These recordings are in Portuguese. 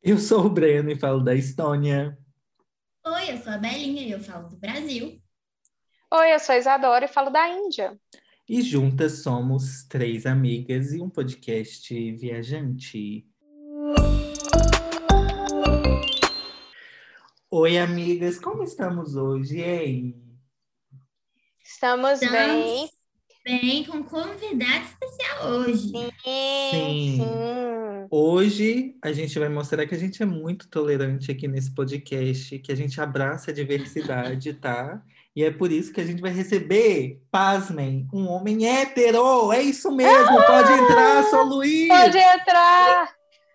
Eu sou o Breno e falo da Estônia. Oi, eu sou a Belinha e eu falo do Brasil. Oi, eu sou a Isadora e falo da Índia. E juntas somos três amigas e um podcast viajante. Oi, amigas, como estamos hoje, hein? Estamos Estamos bem? bem com um convidado especial hoje. Sim, Sim. sim. Hoje a gente vai mostrar que a gente é muito tolerante aqui nesse podcast, que a gente abraça a diversidade, tá? E é por isso que a gente vai receber, pasmem, um homem hétero! É isso mesmo! Pode entrar, São Luís! Pode entrar!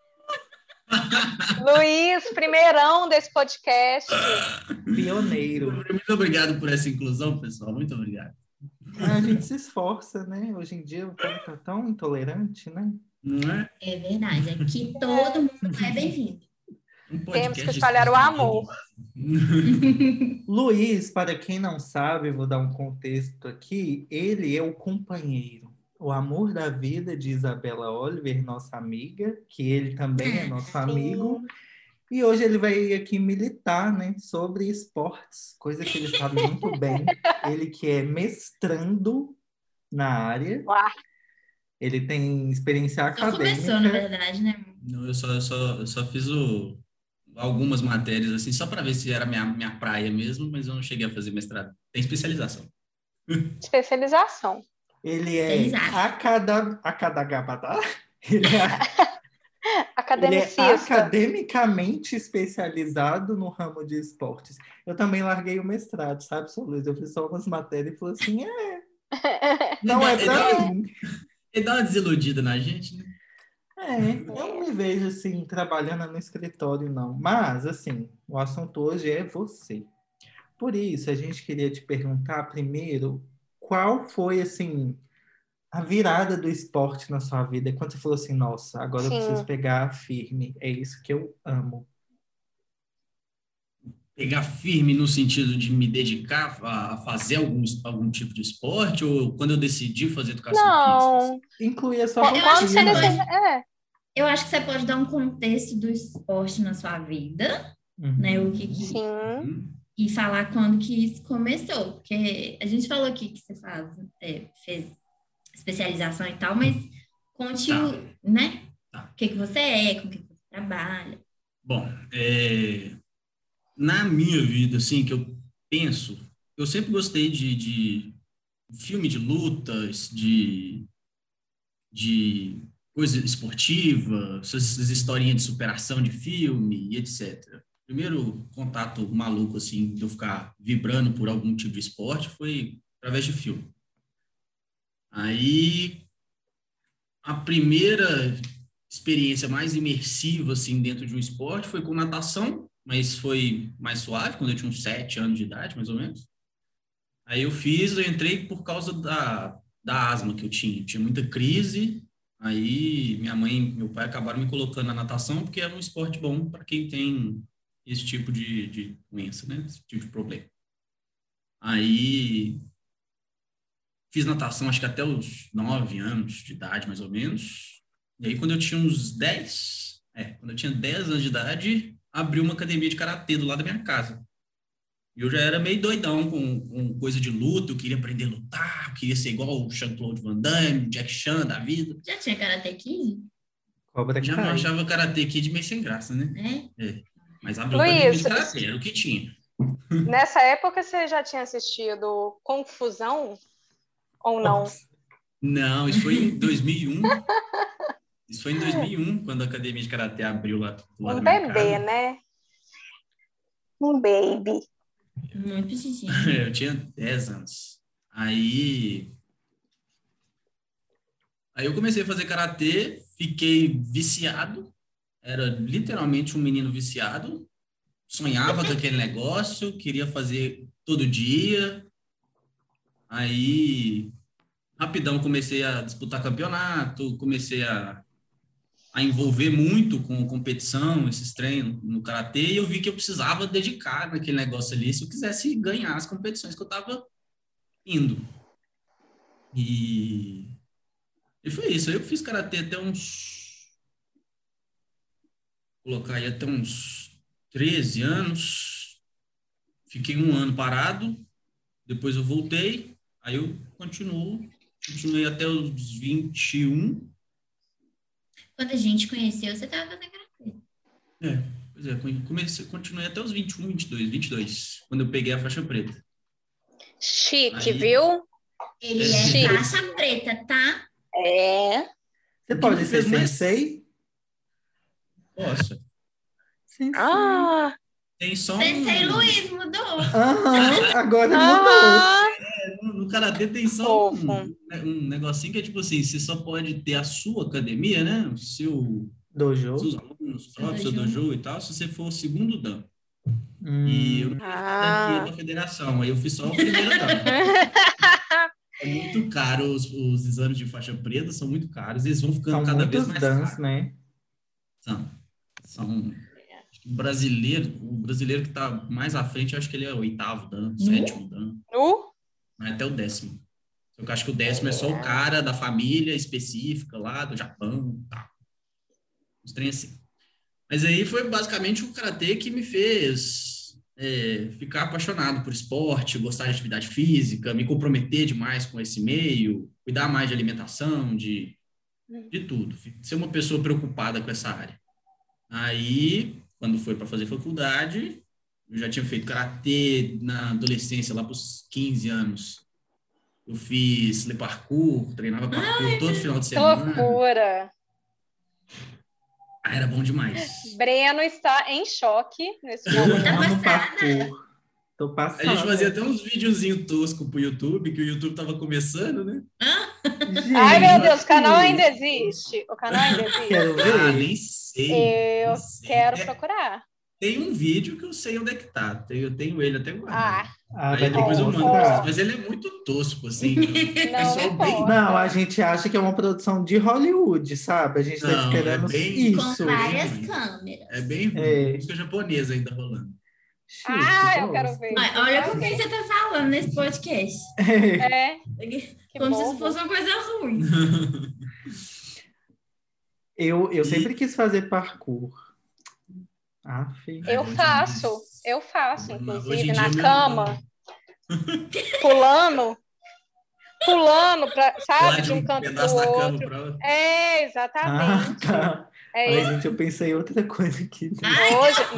Luiz, primeirão desse podcast. Pioneiro. Muito obrigado por essa inclusão, pessoal. Muito obrigado. A gente se esforça, né? Hoje em dia o povo tá tão intolerante, né? Não é? É verdade, aqui todo mundo é bem-vindo. Um Temos que podcast espalhar o amor. Luiz, para quem não sabe, vou dar um contexto aqui, ele é o companheiro, o amor da vida de Isabela Oliver, nossa amiga, que ele também é nosso amigo, Sim. e hoje ele vai aqui militar, né, sobre esportes, coisa que ele sabe muito bem. Ele que é mestrando na área, Uau. ele tem experiência Só começou, na acadêmica. verdade, né? Não, eu só fiz algumas matérias, assim, só para ver se era minha praia mesmo, mas eu não cheguei a fazer mestrado. Tem especialização. Especialização. Ele é Exato. acadagabadá. Ele é Ele é Academicista. academicamente especializado no ramo de esportes. Eu também larguei o mestrado, sabe, São Luís? Eu fiz só umas matérias e falei assim, não é pra mim. Ele dá uma desiludida na gente, né? Eu não me vejo, assim, trabalhando no escritório, não. Mas, assim, o assunto hoje é você. Por isso, a gente queria te perguntar primeiro, qual foi, assim, a virada do esporte na sua vida? Quando você falou assim, nossa, agora eu preciso Sim. pegar firme, é isso que eu amo. Pegar firme no sentido de me dedicar a fazer algum tipo de esporte, ou quando eu decidi fazer educação física, assim? Não. Incluir a sua Eu acho Quando que você rotina. decide... Eu acho que você pode dar um contexto do esporte na sua vida, né? Uhum. Sim. Uhum. E falar quando que isso começou. Porque a gente falou aqui que você fez especialização e tal, mas conte, Tá. né? Tá. O que você é, com o que você trabalha. Bom, na minha vida, assim, que eu penso, eu sempre gostei de filme de lutas, de coisa esportiva, essas historinhas de superação de filme e etc. Primeiro contato maluco, assim, de eu ficar vibrando por algum tipo de esporte foi através de filme. Aí, a primeira experiência mais imersiva, assim, dentro de um esporte foi com natação, mas foi mais suave, quando eu tinha uns 7 anos de idade, mais ou menos. Aí eu entrei por causa da asma que eu tinha. Tinha muita crise. Aí minha mãe e meu pai acabaram me colocando na natação porque era um esporte bom para quem tem esse tipo de doença, né? Esse tipo de problema. Aí fiz natação acho que até os 9 anos de idade, mais ou menos. E aí quando eu tinha uns 10, quando eu tinha 10 anos de idade, abriu uma academia de karatê do lado da minha casa. E eu já era meio doidão com coisa de luta, eu queria aprender a lutar, eu queria ser igual o Jean-Claude Van Damme, Jack Chan da vida. Já tinha Karate Kid? Cobra Já não Kai. achava Karate Kid meio sem graça, né? É? Mas abriu academia Luiz, de Karatê, era o que tinha. nessa época você já tinha assistido Confusão ou não? Nossa. Não, isso foi em 2001. Isso foi em 2001, quando a academia de Karatê abriu lá do lado Um da minha bebê, casa. né? Um baby. Muito pequenininho. Eu tinha 10 anos. Aí eu comecei a fazer Karatê, fiquei viciado. Era literalmente um menino viciado. Sonhava com aquele negócio, queria fazer todo dia. Aí, rapidão, comecei a disputar campeonato, comecei a envolver muito com competição, esses treinos no karatê, e eu vi que eu precisava dedicar naquele negócio ali se eu quisesse ganhar as competições que eu estava indo. E foi isso. Aí eu fiz karatê até uns colocar aí até uns 13 anos. Fiquei um ano parado, depois eu voltei, aí eu continuei até os 21. Quando a gente conheceu, você estava fazendo karatê. Pois é, continuei até os 21, 22, quando eu peguei a faixa preta. Chique, Aí- viu? Ele Chique. é faixa preta, tá? É. Você O que pode me ser fez mais- sensei? Nossa, Sensei. Ah, tem só Sensei um... Luiz mudou. Aham, agora mudou. ah, No karatê tem só Fofo. um negocinho que é tipo assim, você só pode ter a sua academia, né? Dojo. Seus alunos próprios, seu dojo e tal, se você for o segundo dan. E eu não fiz Ah. da federação, aí eu fiz só o primeiro dan. É muito caro, os exames de faixa preta são muito caros, eles vão ficando São cada vez muitos mais dans, caros. né? São acho que o brasileiro que está mais à frente, eu acho que ele é o 8º dan, 7º dan, mas até o 10º. Eu acho que o 10º é só o cara da família específica lá do Japão, tá? Uns trem assim. Mas aí foi basicamente o karatê que me fez ficar apaixonado por esporte, gostar de atividade física, me comprometer demais com esse meio, cuidar mais de alimentação, de tudo. Ser uma pessoa preocupada com essa área. Aí, quando foi para fazer faculdade, eu já tinha feito karatê na adolescência, lá para os 15 anos. Eu fiz le parkour, treinava parkour todo final de Que semana. loucura. Era bom demais. Breno está em choque nesse Eu momento. amo parkour. Tô A passada. gente fazia até uns videozinhos toscos pro YouTube, que o YouTube tava começando, né? Gente, Ai, meu Deus, o canal ainda existe. O canal ainda existe. quero ver. Nem sei. Eu nem sei. quero procurar. Tem um vídeo que eu sei onde é que tá. Eu tenho ele até guardado. Ah, Aí vai ter depois que eu mando pra mostrar. vocês. Mas ele é muito tosco, assim. Não Pessoal bem... importa. Não, a gente acha que é uma produção de Hollywood, sabe? A gente tá Não, esperando é bem- Com isso. várias ruim. câmeras. É bem ruim. É. Música japonesa ainda rolando. Chique, Eu gosto. quero ver. Olha com quem você tá falando nesse podcast. É, que Como se bobo. fosse uma coisa ruim. Eu sempre quis fazer parkour. Eu bom faço, demais. Hoje inclusive, em dia na meu cama, pulando, Lá sabe, de de um um canto pro pedaço da cama outro. pra... É, exatamente. Tá. É Ai, isso. gente, eu pensei outra coisa aqui. Hoje,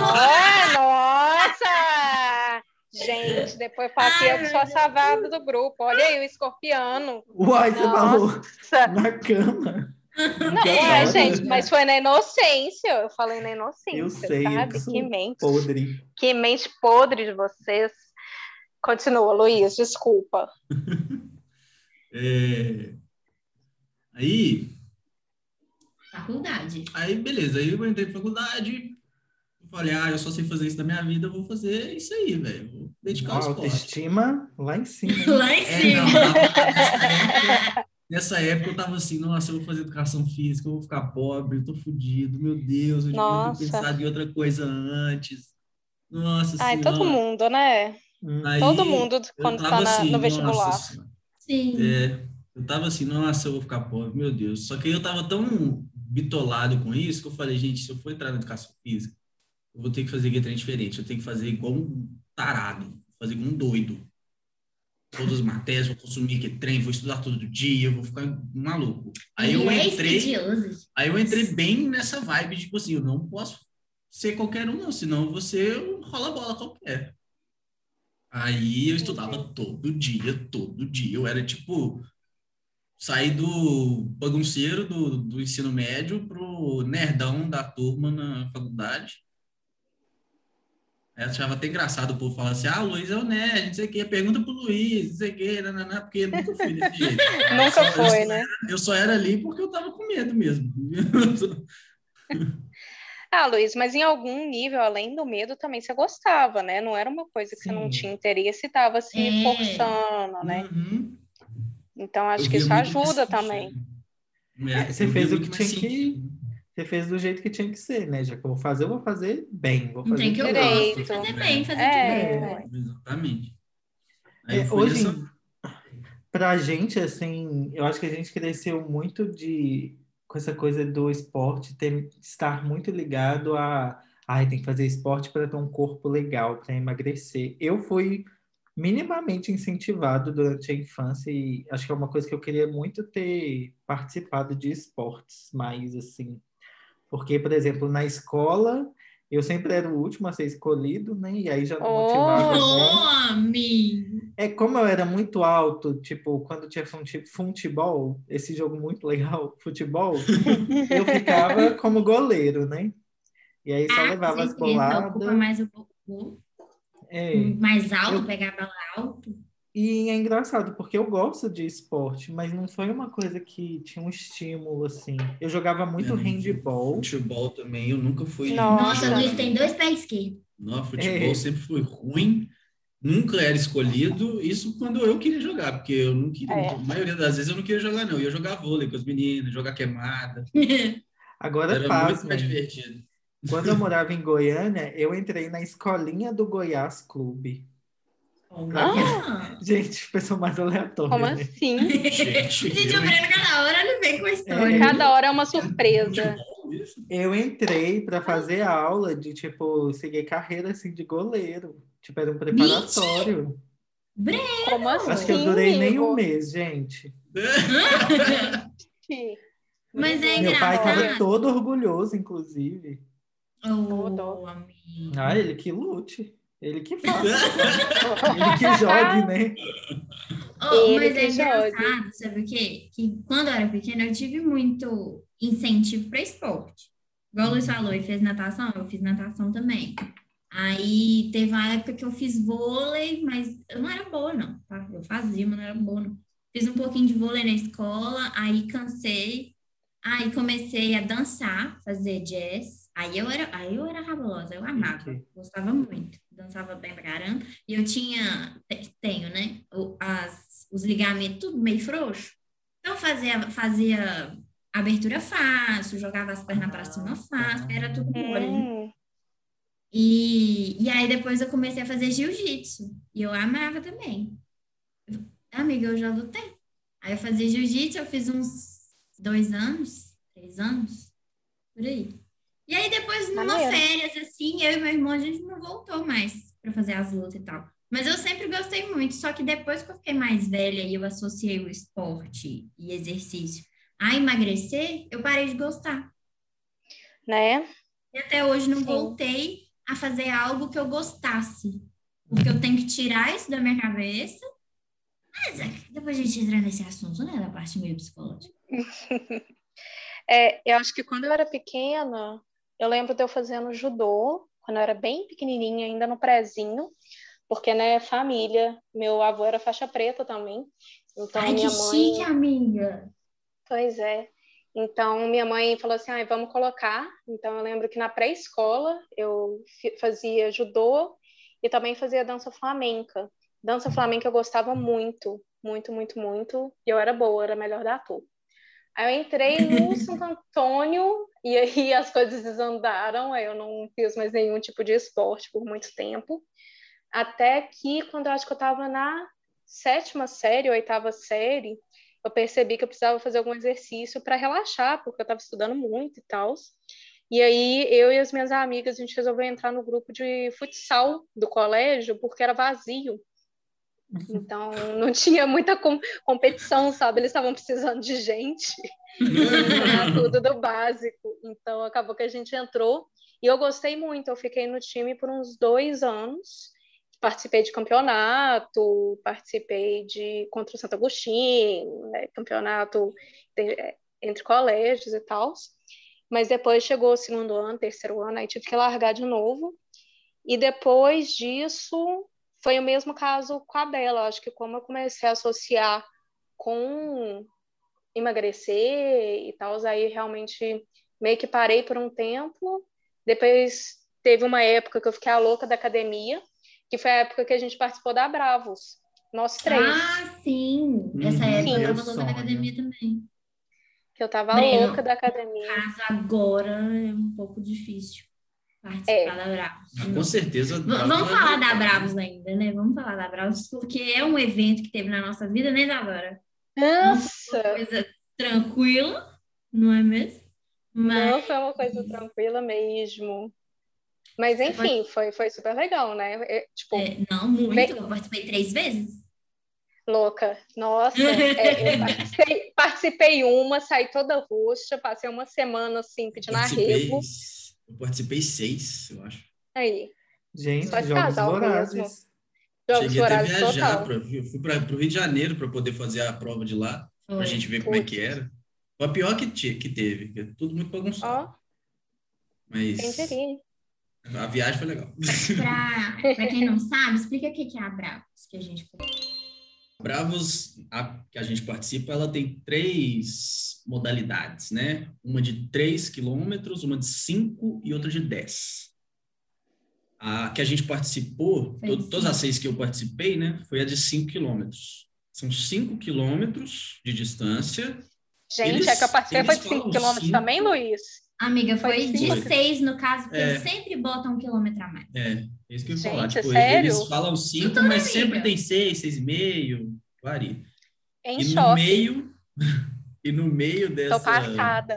nossa! Gente, depois fala que eu que sou a savada do grupo. Olha aí o escorpiano. Uai, você falou Nossa! na cama. Não, gente, mas foi na inocência. Eu falei na inocência, Eu sei, eu sabe? que sou Que mente. podre. Que mente podre de vocês. Continua, Luiz, desculpa. Faculdade. Beleza. Aí eu entrei pra faculdade. Eu falei, eu só sei fazer isso na minha vida, eu vou fazer isso aí, velho. Vou dedicar ao esporte. Autoestima lá em cima. Lá em cima. Nessa época eu tava assim, nossa, eu vou fazer educação física, eu vou ficar pobre, eu tô fudido, meu Deus, eu devia Nossa. ter pensado em outra coisa antes. Nossa Ai, Senhora. todo mundo, né? Aí, Todo mundo eu quando tava tá assim, no nossa vestibular. Senhora. Sim. Eu tava assim, nossa, eu vou ficar pobre, meu Deus. Só que eu tava tão bitolado com isso que eu falei, gente, se eu for entrar na educação física, eu vou ter que fazer trem diferente, eu tenho que fazer igual um tarado, fazer igual um doido. Todas as matérias, vou consumir aquele trem, vou estudar todo dia, eu vou ficar maluco. Aí eu entrei bem nessa vibe, tipo assim, eu não posso ser qualquer um, não, senão você rola bola qualquer. Aí eu estudava todo dia. Eu era tipo, sair do bagunceiro do ensino médio pro nerdão da turma na faculdade. Eu achava até engraçado o povo falar assim, o Luiz é o nerd, não sei o quê, pergunta pro Luiz, não sei o quê, porque eu nunca fui desse jeito. Nunca foi, né? Eu só era ali porque eu tava com medo mesmo. Luiz, mas em algum nível, além do medo, também você gostava, né? Não era uma coisa que você não tinha interesse e estava se forçando, né? Uhum. Então, acho Eu que via isso muito ajuda mais também. sentido. Você Eu fez via o que muito mais tinha que... sentido. Você fez do jeito que tinha que ser, né? Já que eu vou fazer bem. Vou fazer Tem que eu direito. gosto, fazer bem, fazer direito. Exatamente. Aí foi Hoje, essa... pra gente, assim, eu acho que a gente cresceu muito com essa coisa do esporte estar muito ligado a... Ai, tem que fazer esporte para ter um corpo legal, para emagrecer. Eu fui minimamente incentivado durante a infância e acho que é uma coisa que eu queria muito ter participado de esportes, mas assim, porque, por exemplo, na escola eu sempre era o último a ser escolhido, né? E aí já não motivava muito. Amigo! É como eu era muito alto, tipo, quando tinha futebol, esse jogo muito legal, futebol, eu ficava como goleiro, né? E aí só Com levava as certeza, ocupa boladas. mais o corpo, É, mais alto, eu pegar a bola alto. E é engraçado, porque eu gosto de esporte, mas não foi uma coisa que tinha um estímulo, assim. Eu jogava muito handball. Futebol também, eu nunca fui de Nossa, Nossa. Luiz jogar. tem 2 pés esquerdos. Não, futebol É, sempre foi ruim, nunca era escolhido, isso quando eu queria jogar, porque eu não queria, É. a maioria das vezes eu não queria jogar, não. Eu ia jogar vôlei com os meninos, jogar queimada, agora, era muito mais pasmem, divertido. quando eu morava em Goiânia, eu entrei na escolinha do Goiás Clube. Pra quem... Olha! Gente, pessoa mais Como aleatória, né? assim? Gente, Gente, o Breno, cada hora ele vem com a história. Cada hora é uma surpresa. futebol, isso? Eu entrei para fazer aula de, tipo, seguir carreira, assim, de goleiro. Tipo, era um preparatório. Como Acho que eu assim, durei nem um Igor? mês, gente. Mas é Meu pai estava engraçado. todo orgulhoso, inclusive. Oh, amigo. Ah, ele que lute. Ele que faça. Ele que jogue, né? Oh, Ele mas que é joga. engraçado, sabe o quê? Que quando eu era pequena, eu tive muito incentivo para esporte. Igual o Luiz falou, ele fez natação, eu fiz natação também. Aí teve uma época que eu fiz vôlei, mas eu não era boa, não, tá? Eu fazia, mas não era boa, não. Fiz um pouquinho de vôlei na escola, aí cansei. Aí comecei a dançar, fazer jazz. Aí eu era rabulosa, eu amava, Ok. gostava muito. Dançava bem pra caramba. E eu tenho, né? Os ligamentos tudo meio frouxo. Então fazia abertura fácil, jogava as pernas para cima fácil, era tudo mole, né? Hum, E aí depois eu comecei a fazer jiu-jitsu. E eu amava também. Amiga, eu já lutei. Aí eu fazia jiu-jitsu, eu fiz uns 2 anos, 3 anos, por aí. E aí depois, numa maneiro. férias, assim, eu e meu irmão, a gente não voltou mais para fazer as lutas e tal. Mas eu sempre gostei muito, só que depois que eu fiquei mais velha e eu associei o esporte e exercício a emagrecer, eu parei de gostar. Né? E até hoje não Sim. voltei a fazer algo que eu gostasse. Porque eu tenho que tirar isso da minha cabeça. Mas depois a gente entra nesse assunto, né? Da parte meio psicológica. Eu acho que quando eu era pequena, eu lembro de eu fazendo judô, quando eu era bem pequenininha, ainda no prezinho, porque, né, família, meu avô era faixa preta também, então Ai, que minha chique, mãe, amiga. pois é, então minha mãe falou assim, ai, vamos colocar, então eu lembro que na pré-escola eu fazia judô e também fazia dança flamenca eu gostava muito, muito, muito, muito, e eu era boa, era a melhor da turma. Aí eu entrei no Santo Antônio e aí as coisas desandaram, aí eu não fiz mais nenhum tipo de esporte por muito tempo. Até que, quando eu acho que eu estava na 7ª série, 8ª série, eu percebi que eu precisava fazer algum exercício para relaxar, porque eu estava estudando muito e tal. E aí eu e as minhas amigas, a gente resolveu entrar no grupo de futsal do colégio, porque era vazio. Então, não tinha muita competição, sabe? Eles estavam precisando de gente ensinar tudo do básico. Então, acabou que a gente entrou e eu gostei muito. Eu fiquei no time por uns 2 anos. Participei de campeonato, participei de contra o Santo Agostinho, né? Campeonato entre colégios e tal. Mas depois chegou o 2º ano, 3º ano, aí tive que largar de novo. E depois disso, foi o mesmo caso com a Bela. Acho que como eu comecei a associar com emagrecer e tal, aí realmente meio que parei por um tempo. Depois teve uma época que eu fiquei a louca da academia, que foi a época que a gente participou da Bravos, nós 3. Ah, sim. Essa época eu Meu tava louca na sonho. academia também. Que eu tava louca Breno, da academia. caso agora é um pouco difícil participar da Bravos. Com certeza. Vamos falar da Bravos ainda, né? Vamos falar da Bravos, porque é um evento que teve na nossa vida, né, Isadora? Não foi Nossa! uma coisa tranquila, não é mesmo? Não Mas foi uma coisa tranquila mesmo. Mas, você pode... enfim, foi super legal, né? Tipo, não, muito. bem Eu participei 3 vezes. louca. Nossa, eu participei uma, saí toda roxa, passei uma semana, assim, pedindo Participei, arrego. eu participei 6, eu acho. Aí, só Gente, de Jogos casal mesmo. Vorazes. Jogos Cheguei até a Vorazes viajar, total. eu fui para o Rio de Janeiro para poder fazer a prova de lá, para a gente Foi. ver como é que Putz, era. Foi a pior que teve, que é tudo muito bagunçado. ó, quem Mas diria. a viagem foi legal. Para quem não sabe, explica o que é a Bravos, que a gente... Bravos, que a gente participa, ela tem 3 modalidades, né? Uma de 3 quilômetros, uma de 5 e outra de 10. A que a gente participou, Foi todas as 5. 6 que eu participei, né? Foi a de 5 quilômetros. São 5 quilômetros de distância. Gente, a que eu participei foi de 5 falam quilômetros 5, também, Luiz? Amiga, foi de Foi 6 no caso, porque eu é, sempre boto 1 quilômetro a mais. é isso que eu ia falar. Gente, Tipo, sério? eles falam 5, Tudo, mas sempre amiga. tem 6, 6,5, varia. Em E no choque. meio, e no meio Tô dessa, No passada.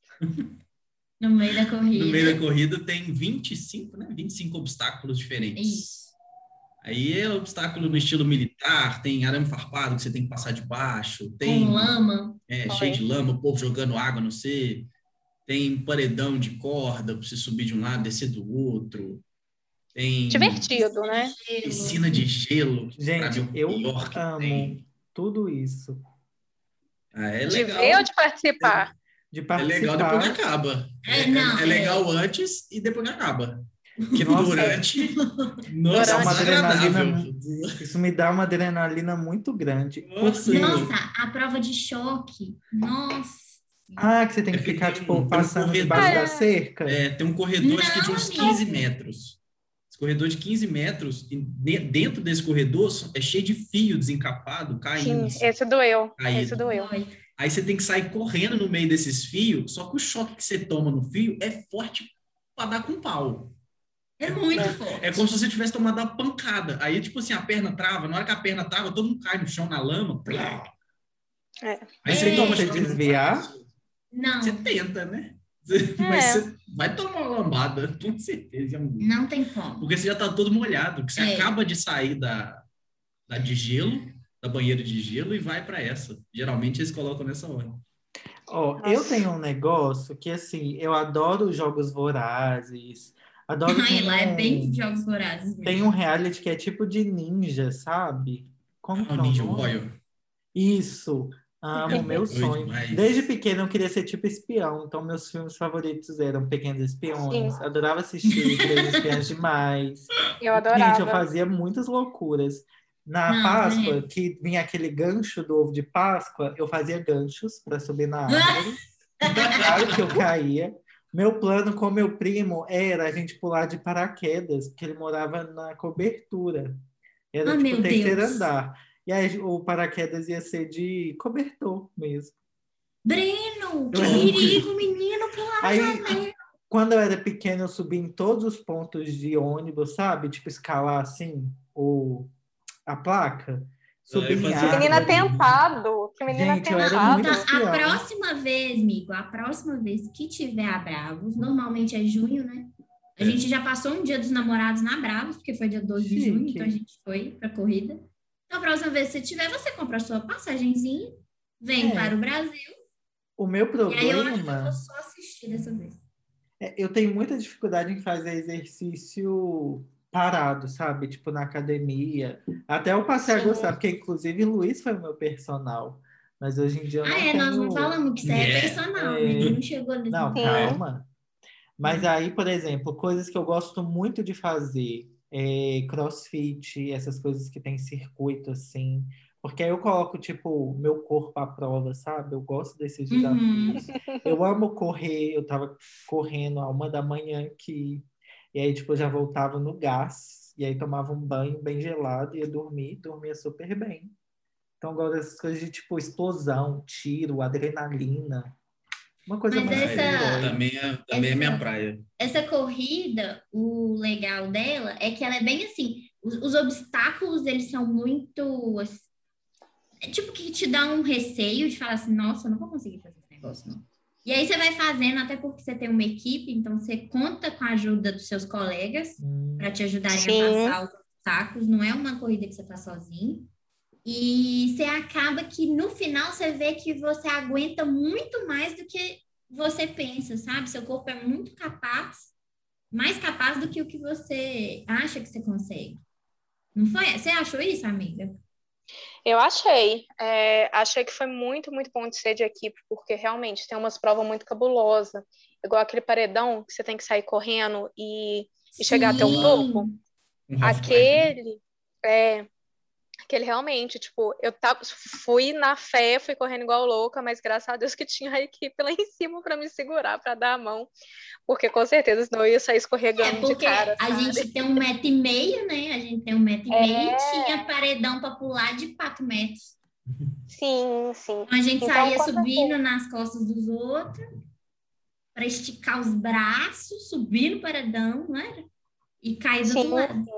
meio da no meio da corrida. corrida tem 25, né? 25 obstáculos diferentes. Isso. Aí é obstáculo no estilo militar, tem arame farpado que você tem que passar de baixo, Com tem lama. cheio de lama, o povo jogando água no você, tem paredão de corda para você subir de um lado, descer do outro, tem Divertido, né? piscina de gelo, para mim é Gente, o eu pior que amo tem. tudo isso. É De ver ou legal, de participar? De é legal depois que participar. acaba. Não, É legal antes e depois que acaba. Que Nossa, durante, dá nossa, uma Durante. desagradável. adrenalina. Isso me dá uma adrenalina muito grande. Nossa, Nossa, a prova de choque. Nossa. Que você tem é que porque ficar, tem tipo, tem um passando debaixo da corredor, cerca. tem um corredor acho que de Não, uns amiga. 15 metros. Esse corredor de 15 metros, e dentro desse corredor é cheio de fio desencapado, caindo, Sim, assim, esse doeu. Esse caído. doeu. Foi. Aí você tem que sair correndo no meio desses fios, só que o choque que você toma no fio é forte para dar com pau. É muito É. forte. É como se você tivesse tomado uma pancada. Aí, tipo assim, a perna trava. Na hora que a perna trava, todo mundo cai no chão, na lama. É. Aí E você tem como toma você choque no desviar? braço. Não, Você tenta, né? Mas É. você vai tomar uma lambada, com certeza. não tem como. Porque você já tá todo molhado. Que você acaba de sair da de gelo, da banheira de gelo, e vai para essa. Geralmente eles colocam nessa hora. Eu Nossa. tenho um negócio que, assim, eu adoro jogos vorazes. Adoro Ai, lá é bem jogos vorazes tem mesmo. um reality que é tipo de ninja, sabe? Como Ah, que o é o Ninja nome? Warrior. Isso. Amo, meu Doido sonho. demais. Desde pequeno eu queria ser tipo espião, então meus filmes favoritos eram Pequenos Espiões. Sim, Adorava assistir Três Espiãs Demais. eu Gente, eu adorava. fazia muitas loucuras. Na Não, Páscoa, é. que vinha aquele gancho do ovo de Páscoa, eu fazia ganchos para subir na árvore. Claro que eu caía. Meu plano com meu primo era a gente pular de paraquedas, porque ele morava na cobertura. Era Ah, tipo o meu terceiro Deus. andar. E aí o paraquedas ia ser de cobertor mesmo. Breno, que Eu era perigo, menino, pular na Aí, janela. quando eu era pequeno, eu subia em todos os pontos de ônibus, sabe? Tipo, escalar assim, a placa. Subir Eu em fazia Que menino também. árvore. atentado. Que menino Gente, eu era Não, muito então, atentado. espião. a próxima vez, amigo, a próxima vez que tiver a Bravos, normalmente é junho, né? A gente já passou um dia dos namorados na Bravos, porque foi dia 12 de junho, Chique. então a gente foi pra corrida. Então, a próxima vez que você tiver, você compra a sua passagenzinha, vem para o Brasil, O meu e aí eu acho que eu vou problema só assistir dessa vez. eu tenho muita dificuldade em fazer exercício parado, sabe? Tipo, na academia. Até eu passei a Sim. gostar, porque inclusive Luiz foi o meu personal. Mas hoje em dia eu não tenho... Nós não falamos que você é personal, né? Não chegou nesse Não, momento. calma. Mas aí, por exemplo, coisas que eu gosto muito de fazer, CrossFit, essas coisas que tem circuito assim, porque aí eu coloco, tipo, meu corpo à prova, sabe? Eu gosto desses desafios. Eu amo correr, eu tava correndo à 1 da manhã aqui, e aí, tipo, eu já voltava no gás, e aí tomava um banho bem gelado, ia dormir, dormia super bem. Então, eu gosto dessas coisas de, tipo, explosão, tiro, adrenalina. Uma coisa Mas mais super-herói. Também é minha praia. Essa corrida, o legal dela é que ela é bem assim, os obstáculos, eles são muito, é tipo que te dá um receio de falar assim, nossa, eu não vou conseguir fazer esse negócio, não. E aí você vai fazendo, até porque você tem uma equipe, então você conta com a ajuda dos seus colegas para te ajudarem a Sim. passar os obstáculos, não é uma corrida que você está sozinho. E você acaba que no final você vê que você aguenta muito mais do que você pensa, sabe? Seu corpo é muito capaz, mais capaz do que o que você acha que você consegue. Não foi? Você achou isso, amiga? Eu achei. Achei que foi muito, muito bom de ser de equipe, porque realmente tem umas provas muito cabulosas. Igual aquele paredão que você tem que sair correndo e chegar até o topo. Sim. Um half pipe, né? Aquele realmente, tipo, fui na fé, fui correndo igual louca, mas graças a Deus que tinha a equipe lá em cima para me segurar, para dar a mão, porque com certeza senão eu ia sair escorregando de Porque cara, a sabe? gente tem 1,5 m, né? A gente tem 1,5 m e tinha paredão para pular de 4 metros. Sim, sim. Então a gente Então, saía com subindo certeza. nas costas dos outros para esticar os braços, subir no paredão, não era? E cair do outro Sim, lado.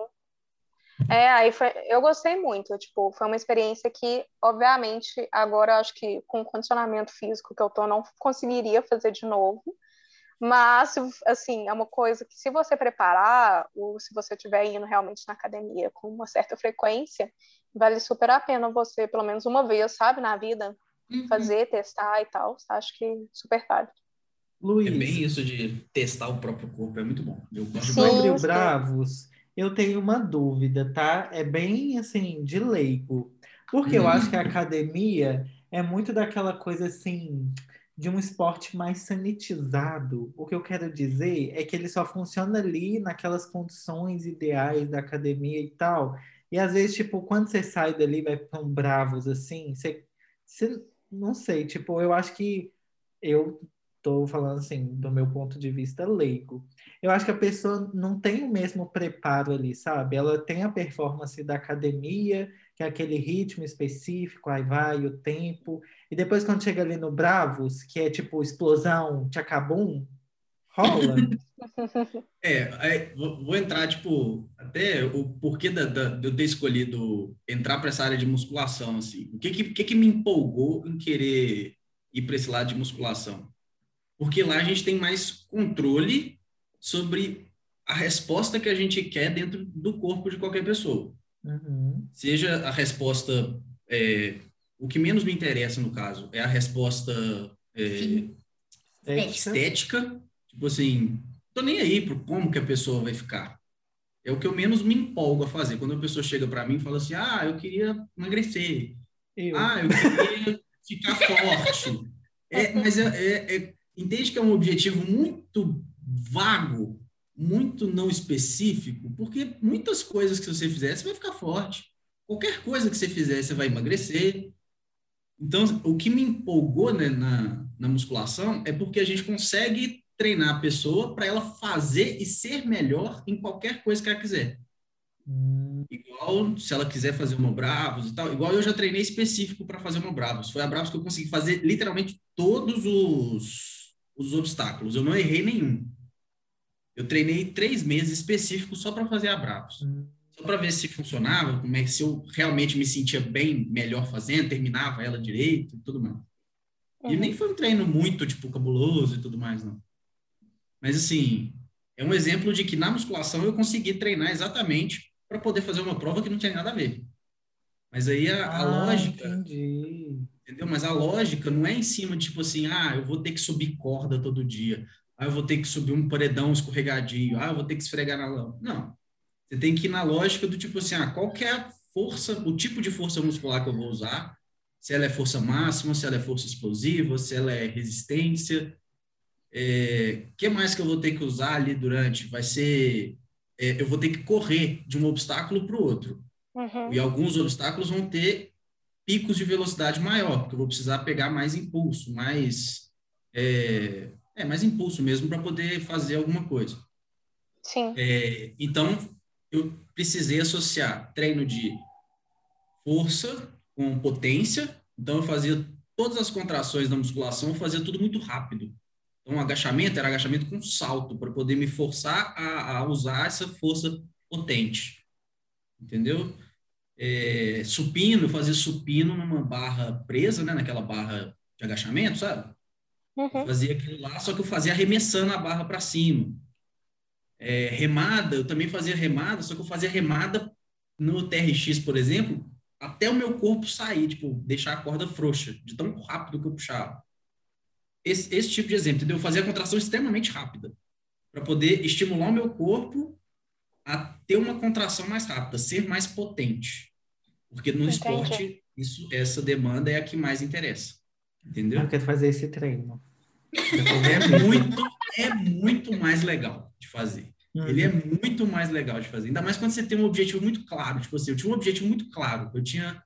eu gostei muito, tipo, foi uma experiência que, obviamente, agora eu acho que com o condicionamento físico que eu tô, não conseguiria fazer de novo, mas, assim, é uma coisa que se você preparar, ou se você estiver indo realmente na academia com uma certa frequência, vale super a pena você, pelo menos uma vez, sabe, na vida, Uhum. fazer, testar e tal, acho que super vale. É Luiz, bem isso de testar o próprio corpo, é muito bom. Eu gosto demais. sobre Sim, o sim. Bravos, eu tenho uma dúvida, tá? É bem assim, de leigo. Porque eu acho que a Hum. academia é muito daquela coisa assim, de um esporte mais sanitizado. O que eu quero dizer é que ele só funciona ali naquelas condições ideais da academia e tal. E às vezes, tipo, quando você sai dali, vai para um Bravos assim, você não sei, tipo, eu acho que eu tô falando assim, do meu ponto de vista leigo. Eu acho que a pessoa não tem o mesmo preparo ali, sabe? Ela tem a performance da academia, que é aquele ritmo específico, aí vai o tempo. E depois, quando chega ali no Bravos, que é tipo explosão, tchacabum, rola. Vou entrar, tipo, até o porquê de eu ter escolhido entrar para essa área de musculação, assim. O que me empolgou em querer ir para esse lado de musculação? Porque lá a gente tem mais controle sobre a resposta que a gente quer dentro do corpo de qualquer pessoa. Uhum. Seja a resposta, é, o que menos me interessa no caso, é a resposta é, Sim. Estética. Estética. estética, tipo assim, tô nem aí pro como que a pessoa vai ficar. É o que eu menos me empolgo a fazer. Quando a pessoa chega para mim e fala assim, eu queria emagrecer, Eu. eu queria ficar forte. Entende que é um objetivo muito vago, muito não específico, porque muitas coisas que você fizer, você vai ficar forte. Qualquer coisa que você fizer, você vai emagrecer. Então, o que me empolgou, né, na musculação é porque a gente consegue treinar a pessoa para ela fazer e ser melhor em qualquer coisa que ela quiser. Hum. Igual se ela quiser fazer uma Bravos e tal, igual eu já treinei específico para fazer uma Bravos. Foi a Bravos que eu consegui fazer literalmente todos os obstáculos. Eu não errei nenhum. Eu treinei 3 meses específicos só para fazer a Bravos. Hum. Só para ver se funcionava, como é que se eu realmente me sentia bem, melhor fazendo, terminava ela direito e tudo mais. E nem Uhum. foi um treino muito, tipo, cabuloso e tudo mais, não. Mas, assim, é um exemplo de que na musculação eu consegui treinar exatamente para poder fazer uma prova que não tinha nada a ver. Mas aí a Ah, lógica, entendi. entendeu? Mas a lógica não é em cima, tipo assim, eu vou ter que subir corda todo dia. Eu vou ter que subir um paredão escorregadio. Eu vou ter que esfregar na lama. Não. Você tem que ir na lógica do tipo assim, qual que é a força, o tipo de força muscular que eu vou usar? Se ela é força máxima, se ela é força explosiva, se ela é resistência. Que mais que eu vou ter que usar ali durante? Vai ser, eu vou ter que correr de um obstáculo para o outro. E Uhum. alguns obstáculos vão ter picos de velocidade maior, porque eu vou precisar pegar mais impulso, mais impulso mesmo para poder fazer alguma coisa. Sim. Então, eu precisei associar treino de força com potência. Então, eu fazia todas as contrações da musculação, eu fazia tudo muito rápido. Então, o agachamento era agachamento com salto, para poder me forçar a usar essa força potente. Entendeu? Supino, fazer supino numa barra presa, né? Naquela barra de agachamento, sabe? Eu fazia aquilo lá, só que eu fazia arremessando a barra para cima. Remada, eu também fazia remada, só que eu fazia remada no TRX, por exemplo, até o meu corpo sair, tipo, deixar a corda frouxa, de tão rápido que eu puxava. Esse tipo de exemplo, entendeu? Eu fazia a contração extremamente rápida, para poder estimular o meu corpo a ter uma contração mais rápida, ser mais potente. Porque no esporte, essa demanda é a que mais interessa. Entendeu? Eu quero fazer esse treino. É muito mais legal de fazer. Ele é muito mais legal de fazer. Ainda mais quando você tem um objetivo muito claro. Tipo assim, eu tinha um objetivo muito claro. Eu tinha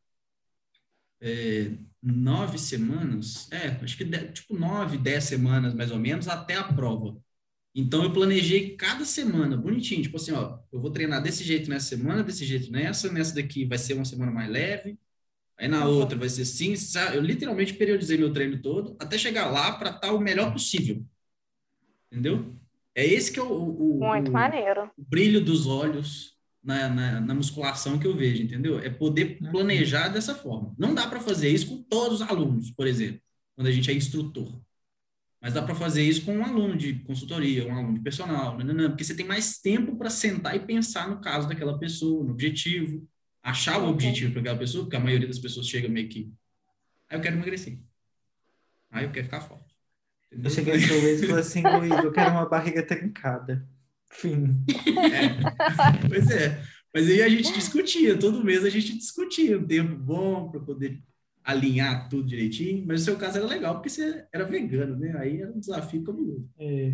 9 semanas, acho que tipo 9, 10 semanas mais ou menos até a prova. Então eu planejei cada semana, bonitinho, tipo assim, ó, eu vou treinar desse jeito nessa semana, desse jeito nessa daqui vai ser uma semana mais leve, aí na outra vai ser assim, sabe? Eu literalmente periodizei meu treino todo até chegar lá para estar o melhor possível. Entendeu? É esse que é Muito maneiro. O brilho dos olhos na musculação que eu vejo, entendeu? É poder planejar dessa forma. Não dá para fazer isso com todos os alunos, por exemplo, quando a gente é instrutor. Mas dá para fazer isso com um aluno de consultoria, um aluno de personal, porque você tem mais tempo para sentar e pensar no caso daquela pessoa, no objetivo, achar o objetivo para aquela pessoa, porque a maioria das pessoas chega meio que, eu quero emagrecer, eu quero ficar forte. Entendeu? Eu cheguei pro Luiz e falei assim, Luiz, eu quero uma barriga trincada. Fim. Pois é. Mas aí a gente discutia, todo mês a gente discutia um tempo bom para poder alinhar tudo direitinho, mas o seu caso era legal, porque você era vegano, né? Aí era um desafio cabuloso.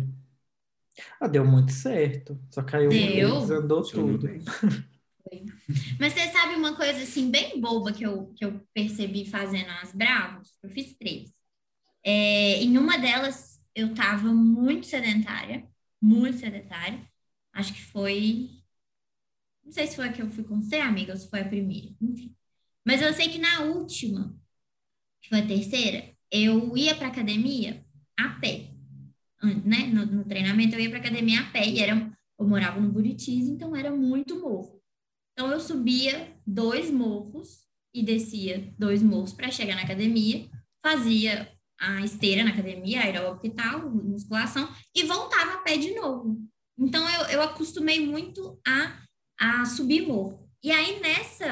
Deu muito certo. Só caiu uma vez, andou tudo. Mas você sabe uma coisa, assim, bem boba que eu percebi fazendo as Bravos? Eu fiz 3. Em uma delas, eu tava muito sedentária. Acho que foi... Não sei se foi a que eu fui com você, amiga, ou se foi a primeira. Enfim. Mas eu sei que na última, que foi a terceira, eu ia para academia a pé, né? No treinamento eu ia para academia a pé e eu morava no Buritis, então era muito morro. Então eu subia 2 morros e descia 2 morros para chegar na academia, fazia a esteira na academia, aeróbica e tal, musculação, e voltava a pé de novo. Então eu acostumei muito a subir morro. E aí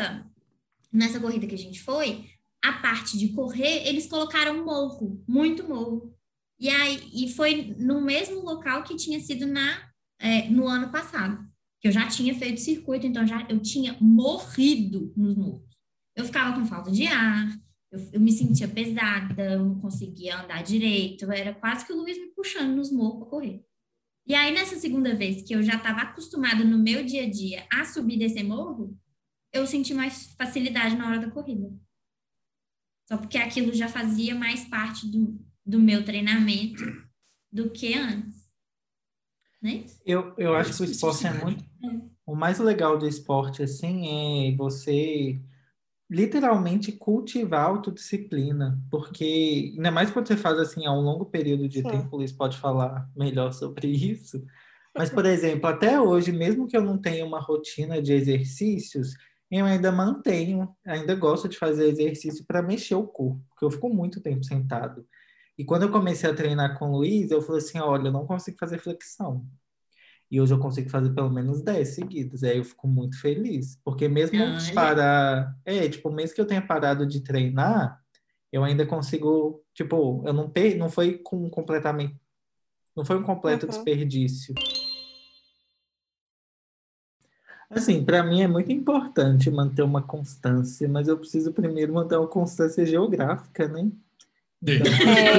nessa corrida que a gente foi, a parte de correr, eles colocaram morro, muito morro. E foi no mesmo local que tinha sido no ano passado, que eu já tinha feito circuito, então eu tinha morrido nos morros. Eu ficava com falta de ar, eu me sentia pesada, eu não conseguia andar direito, era quase que o Luiz me puxando nos morros para correr. E aí, nessa segunda vez que eu já estava acostumada no meu dia a dia a subir e descer morro, eu senti mais facilidade na hora da corrida. Só porque aquilo já fazia mais parte do meu treinamento do que antes. Né? Eu acho que o esporte é muito... O mais legal do esporte, assim, é você literalmente cultivar a autodisciplina. Porque, ainda mais quando você faz, assim, há um longo período de tempo, o Luiz pode falar melhor sobre isso. Mas, por exemplo, até hoje, mesmo que eu não tenha uma rotina de exercícios, eu ainda ainda gosto de fazer exercício para mexer o corpo, porque eu fico muito tempo sentado. E quando eu comecei a treinar com o Luiz, eu falei assim, olha, eu não consigo fazer flexão. E hoje eu consigo fazer pelo menos 10 seguidas. Aí eu fico muito feliz. Porque mesmo mesmo que eu tenha parado de treinar, eu ainda consigo, tipo, eu não foi não foi um completo desperdício. Assim, para mim é muito importante manter uma constância, mas eu preciso primeiro manter uma constância geográfica, né? Então,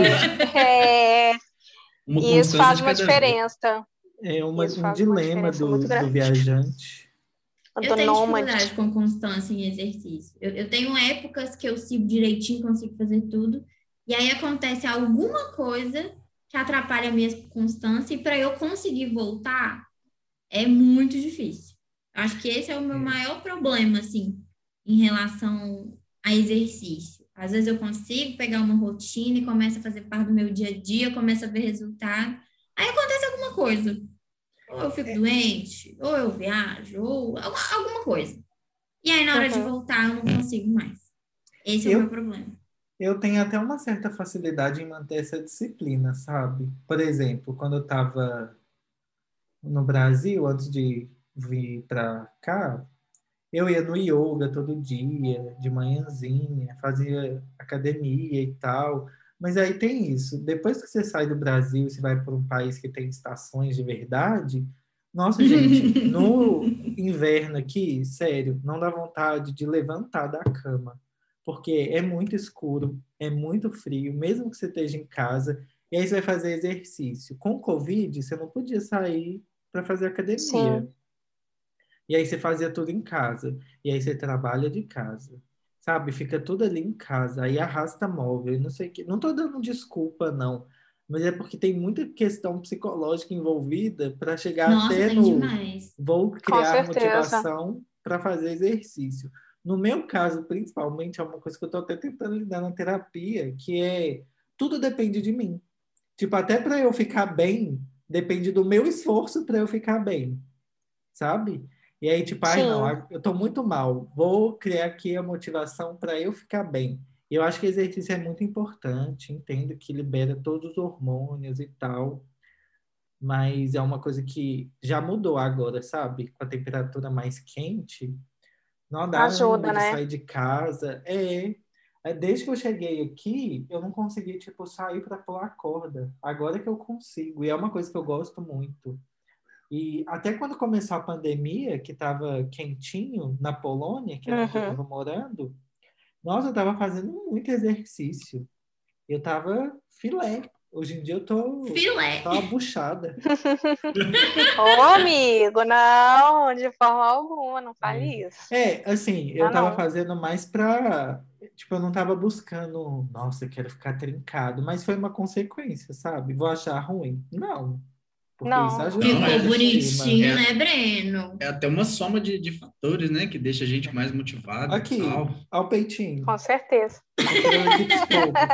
isso faz uma diferença. É um dilema do viajante. Eu tenho dificuldade com constância em exercício. Eu tenho épocas que eu sigo direitinho, consigo fazer tudo, e aí acontece alguma coisa que atrapalha a minha constância, e para eu conseguir voltar, é muito difícil. Acho que esse é o meu maior problema, assim, em relação a exercício. Às vezes eu consigo pegar uma rotina e começo a fazer parte do meu dia a dia, começo a ver resultado. Aí acontece alguma coisa. Ou eu fico doente, ou eu viajo, ou alguma coisa. E aí, na hora de voltar, eu não consigo mais. Esse é o meu problema. Eu tenho até uma certa facilidade em manter essa disciplina, sabe? Por exemplo, quando eu estava no Brasil, antes de vir para cá, eu ia no yoga todo dia, de manhãzinha, fazia academia e tal. Mas aí tem isso, depois que você sai do Brasil e você vai para um país que tem estações de verdade, nossa, gente, no inverno aqui, sério, não dá vontade de levantar da cama, porque é muito escuro, é muito frio, mesmo que você esteja em casa, e aí você vai fazer exercício. Com Covid, você não podia sair para fazer academia. Sim. E aí você fazia tudo em casa. E aí você trabalha de casa. Sabe? Fica tudo ali em casa. Aí arrasta móvel, e não sei o quê. Não tô dando desculpa, não. Mas é porque tem muita questão psicológica envolvida para chegar Nossa, até tem no demais. Com vou criar certeza. motivação para fazer exercício. No meu caso, principalmente, é uma coisa que eu tô até tentando lidar na terapia, que é tudo depende de mim. Tipo, até para eu ficar bem, depende do meu esforço para eu ficar bem, sabe? E aí, tipo, ai, não, Sim. eu tô muito mal, vou criar aqui a motivação para eu ficar bem. E eu acho que exercício é muito importante, entendo que libera todos os hormônios e tal, mas é uma coisa que já mudou agora, sabe? Com a temperatura mais quente, não dá ânimo Ajuda, de né? sair de casa. Desde que eu cheguei aqui, eu não consegui, tipo, sair para pular corda. Agora que eu consigo, e é uma coisa que eu gosto muito. E até quando começou a pandemia, que estava quentinho na Polônia, que era onde eu Uhum. estava morando, nossa, eu estava fazendo muito exercício. Eu estava filé. Hoje em dia eu Filé. tô uma buchada. Ô, amigo, não, de forma alguma, não fale isso. Assim, eu Ah, estava não. fazendo mais pra. Tipo, eu não estava buscando, nossa, eu quero ficar trincado, mas foi uma consequência, sabe? Vou achar ruim? Não, porque isso Não, ajuda Não, na Ficou autoestima. bonitinho, é, né, Breno? é até uma soma de fatores, né? Que deixa a gente mais motivado e Aqui, tal. ao peitinho. com certeza. Tô tirando aqui dos poucos.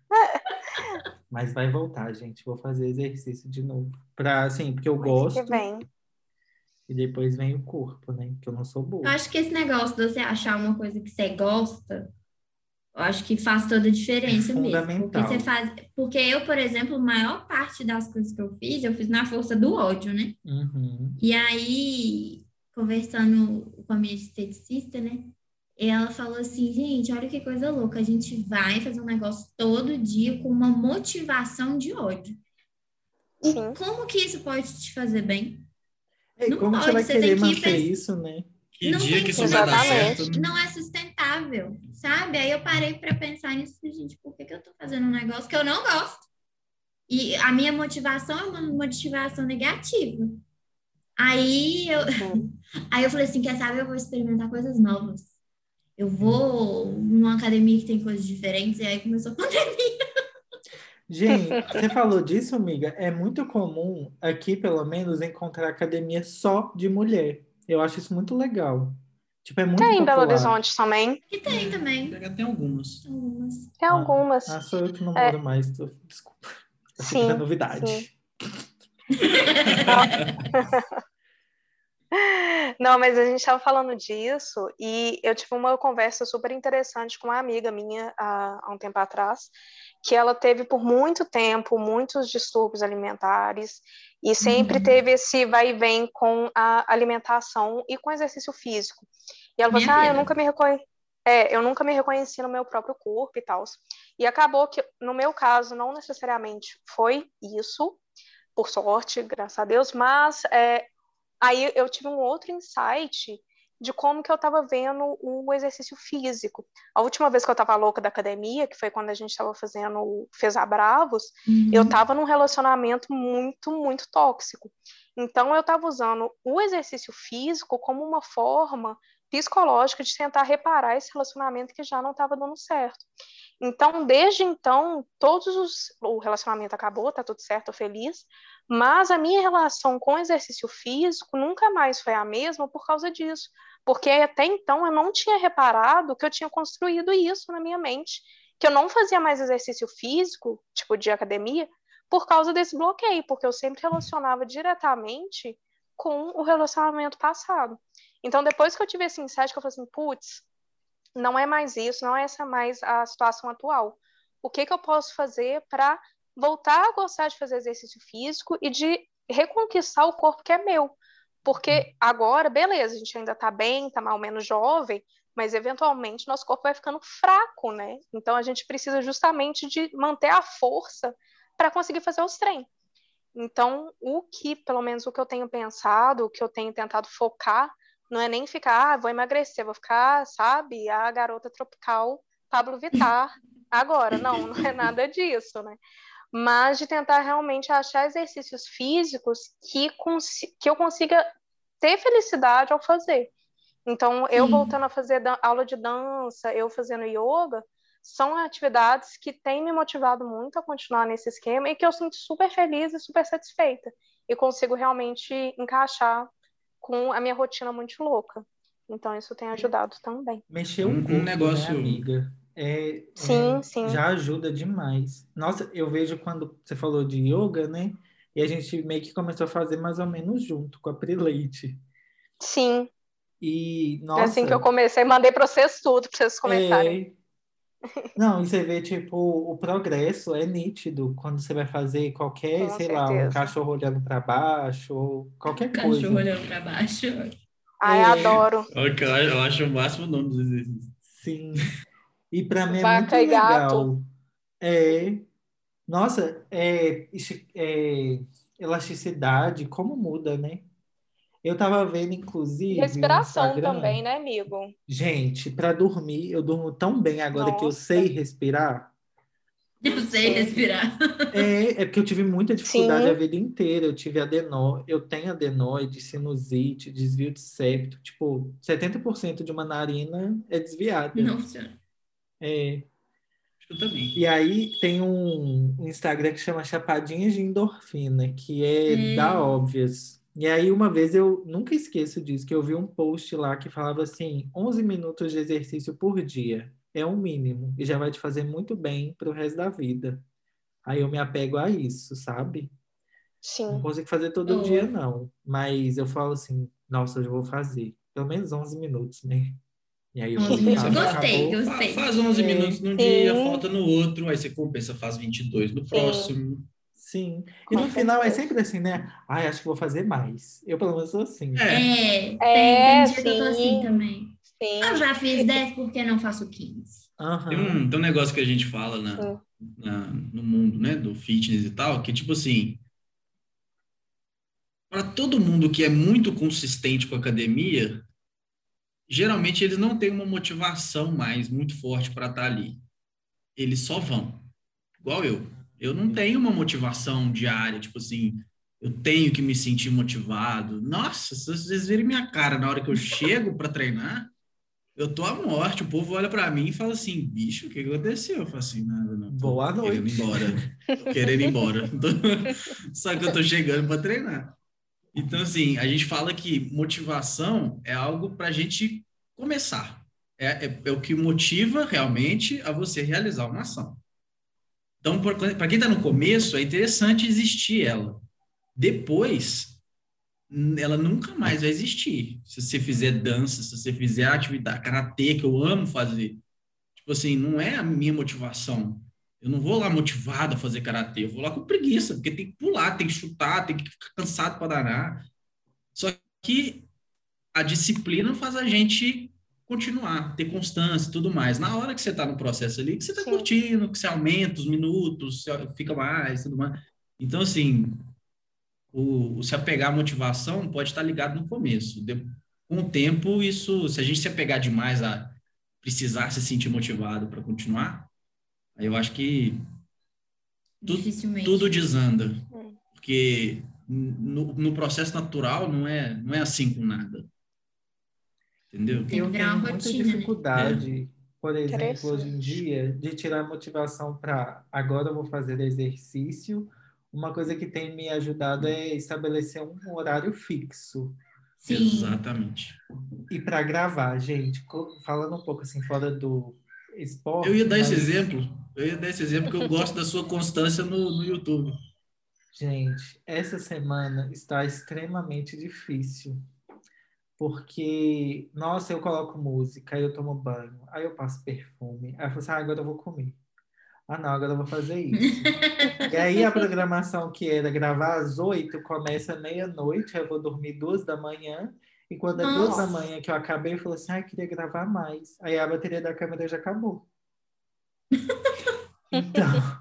Mas vai voltar, gente. Vou fazer exercício de novo. Assim, porque eu Mês que gosto vem. e depois vem o corpo, né? Que eu não sou Eu bobo. acho que esse negócio de você achar uma coisa que você gosta, eu acho que faz toda a É diferença mesmo. Porque você fundamental. faz. Porque eu, por exemplo, a maior parte das coisas que eu fiz na força do ódio, né? Uhum. E aí, conversando com a minha esteticista, né? Ela falou assim, gente, olha que coisa louca. A gente vai fazer um negócio todo dia com uma motivação de ódio. Sim, Como que isso pode te fazer bem? E Não como que você pode. vai Você tem querer que ir manter isso, né? Que não dia tem que isso vai dar como, certo, exatamente. né? não é sustentável, sabe? Aí eu parei para pensar nisso, gente, por que que eu tô fazendo um negócio que eu não gosto? E a minha motivação é uma motivação negativa. Aí eu, Sim. aí eu falei assim, quer saber? Eu vou experimentar coisas novas. Eu Uhum. vou numa academia que tem coisas diferentes, e aí começou a pandemia. Gente, você falou disso, amiga? É muito comum aqui, pelo menos, encontrar academia só de mulher. Eu acho isso muito legal. Tipo, é muito Tem em Belo popular. Horizonte também. Que tem também. Pega até algumas. Algumas. Tem algumas. Sou eu que não É, moro mais. Desculpa. Achei que era sim, sim. novidade. Não, não, mas a gente estava falando disso e eu tive uma conversa super interessante com uma amiga minha há um tempo atrás, que ela teve por muito tempo muitos distúrbios alimentares e sempre Uhum. teve esse vai e vem com a alimentação e com exercício físico. E ela falou assim: Minha ah, vida. eu nunca me reconheci no meu próprio corpo e tal. E acabou que, no meu caso, não necessariamente foi isso, por sorte, graças a Deus, mas aí eu tive um outro insight de como que eu estava vendo o exercício físico. A última vez que eu estava louca da academia, que foi quando a gente estava fazendo o Feza Bravos, eu Uhum. estava num relacionamento muito, muito tóxico. Então eu estava usando o exercício físico como uma forma psicológica de tentar reparar esse relacionamento que já não estava dando certo. Então, desde então, o relacionamento acabou, tá tudo certo, tô feliz, mas a minha relação com o exercício físico nunca mais foi a mesma por causa disso, porque até então eu não tinha reparado que eu tinha construído isso na minha mente, que eu não fazia mais exercício físico, tipo de academia, por causa desse bloqueio, porque eu sempre relacionava diretamente com o relacionamento passado. Então, depois que eu tive esse insight, que eu falei assim, putz, não é mais isso, não é essa mais a situação atual. O que eu posso fazer para voltar a gostar de fazer exercício físico e de reconquistar o corpo que é meu? Porque agora, beleza, a gente ainda está bem, está mais ou menos jovem, mas eventualmente nosso corpo vai ficando fraco, né? Então a gente precisa justamente de manter a força para conseguir fazer os treinos. Então, pelo menos o que eu tenho pensado, o que eu tenho tentado focar, não é nem ficar, vou emagrecer, vou ficar, sabe, a garota tropical Pablo Vittar agora. Não, não é nada disso, né? Mas de tentar realmente achar exercícios físicos que eu consiga ter felicidade ao fazer. Então, eu voltando a fazer aula de dança, eu fazendo yoga, são atividades que têm me motivado muito a continuar nesse esquema e que eu sinto super feliz e super satisfeita. E consigo realmente encaixar com a minha rotina muito louca. Então, isso tem ajudado também. Mexer o corpo, negócio... né, amiga? Sim. Já ajuda demais. Nossa, eu vejo quando você falou de yoga, né? E a gente meio que começou a fazer mais ou menos junto com a Pri Leite. Sim. E, É assim que eu nossa, comecei, mandei para vocês tudo, para vocês comentarem. não, e você vê, tipo, o progresso é nítido quando você vai fazer qualquer, Com sei lá, um certeza. cachorro olhando para baixo, ou qualquer coisa. Cachorro olhando para baixo. Ai, adoro. Eu acho o máximo o nome dos exercícios. Sim. E para mim é muito Vaca e gato. legal. Nossa, elasticidade, como muda, né? Eu tava vendo, inclusive, o Respiração Instagram. também, né, amigo? Gente, para dormir, eu durmo tão bem agora que eu Nossa. sei respirar. Eu sei respirar. É porque eu tive muita dificuldade Sim. a vida inteira. Eu tenho adenoide, sinusite, desvio de septo. Tipo, 70% de uma narina é desviada. Não funciona. Acho que eu também. E aí tem um Instagram que chama Chapadinhas de Endorfina, que é da Óbvias. E aí uma vez eu nunca esqueço disso, que eu vi um post lá que falava assim, 11 minutos de exercício por dia. É o mínimo. E já vai te fazer muito bem pro resto da vida. Aí eu me apego a isso, sabe? Não Sim. consigo fazer todo dia, não. Mas eu falo assim, nossa, hoje eu vou fazer. Pelo menos 11 minutos, né? E aí eu 11 vou minutos. ficar, Gostei. Faz 11 minutos num dia, Sim. falta no outro, aí você compensa, faz 22 no próximo. Sim. E Com no final é certeza. sempre assim, né? Ai, acho que vou fazer mais. Eu pelo menos sou assim. Tem dia que eu tô assim Sim. também. Sim. Eu já fiz 10, por que não faço 15? Tem um negócio que a gente fala no mundo, né, do fitness e tal, que tipo assim, para todo mundo que é muito consistente com a academia, geralmente eles não têm uma motivação mais muito forte para estar ali. Eles só vão. Igual eu. Eu não tenho uma motivação diária, tipo assim, eu tenho que me sentir motivado. Nossa, se vocês verem minha cara na hora que eu chego para treinar, eu tô à morte. O povo olha para mim e fala assim, bicho, o que aconteceu? Eu falo assim, nada, não. Boa noite. Tô querendo ir embora. Só que eu tô chegando para treinar. Então, assim, a gente fala que motivação é algo para a gente começar. É o que motiva realmente a você realizar uma ação. Então, para quem está no começo, é interessante existir ela. Depois, ela nunca mais vai existir. Se você fizer dança, se você fizer atividade, karatê, que eu amo fazer. Tipo assim, não é a minha motivação. Eu não vou lá motivado a fazer karatê, eu vou lá com preguiça, porque tem que pular, tem que chutar, tem que ficar cansado para danar. Só que a disciplina faz a gente continuar, ter constância e tudo mais. Na hora que você está no processo ali, que você está curtindo, que você aumenta os minutos, fica mais, tudo mais. Então, assim, o se apegar à motivação pode estar ligado no começo. Com o tempo, isso, se a gente se apegar demais a precisar se sentir motivado para continuar, aí eu acho que tudo desanda. Porque no processo natural não é assim com nada. Entendeu? Eu tenho muita dificuldade, por exemplo, hoje em dia, de tirar a motivação para agora eu vou fazer exercício. Uma coisa que tem me ajudado é estabelecer um horário fixo. Sim. Exatamente. E para gravar, gente, falando um pouco assim fora do esporte. Eu ia dar esse exemplo porque eu gosto da sua constância no YouTube. Gente, essa semana está extremamente difícil. Porque, nossa, eu coloco música, aí eu tomo banho, aí eu passo perfume. Aí eu falo assim, agora eu vou comer. Ah, não, agora eu vou fazer isso. E aí a programação que era gravar às 8 começa à meia-noite, aí eu vou dormir 2 da manhã. E quando é 2 da manhã que eu acabei, eu falo assim, eu queria gravar mais. Aí a bateria da câmera já acabou. Então,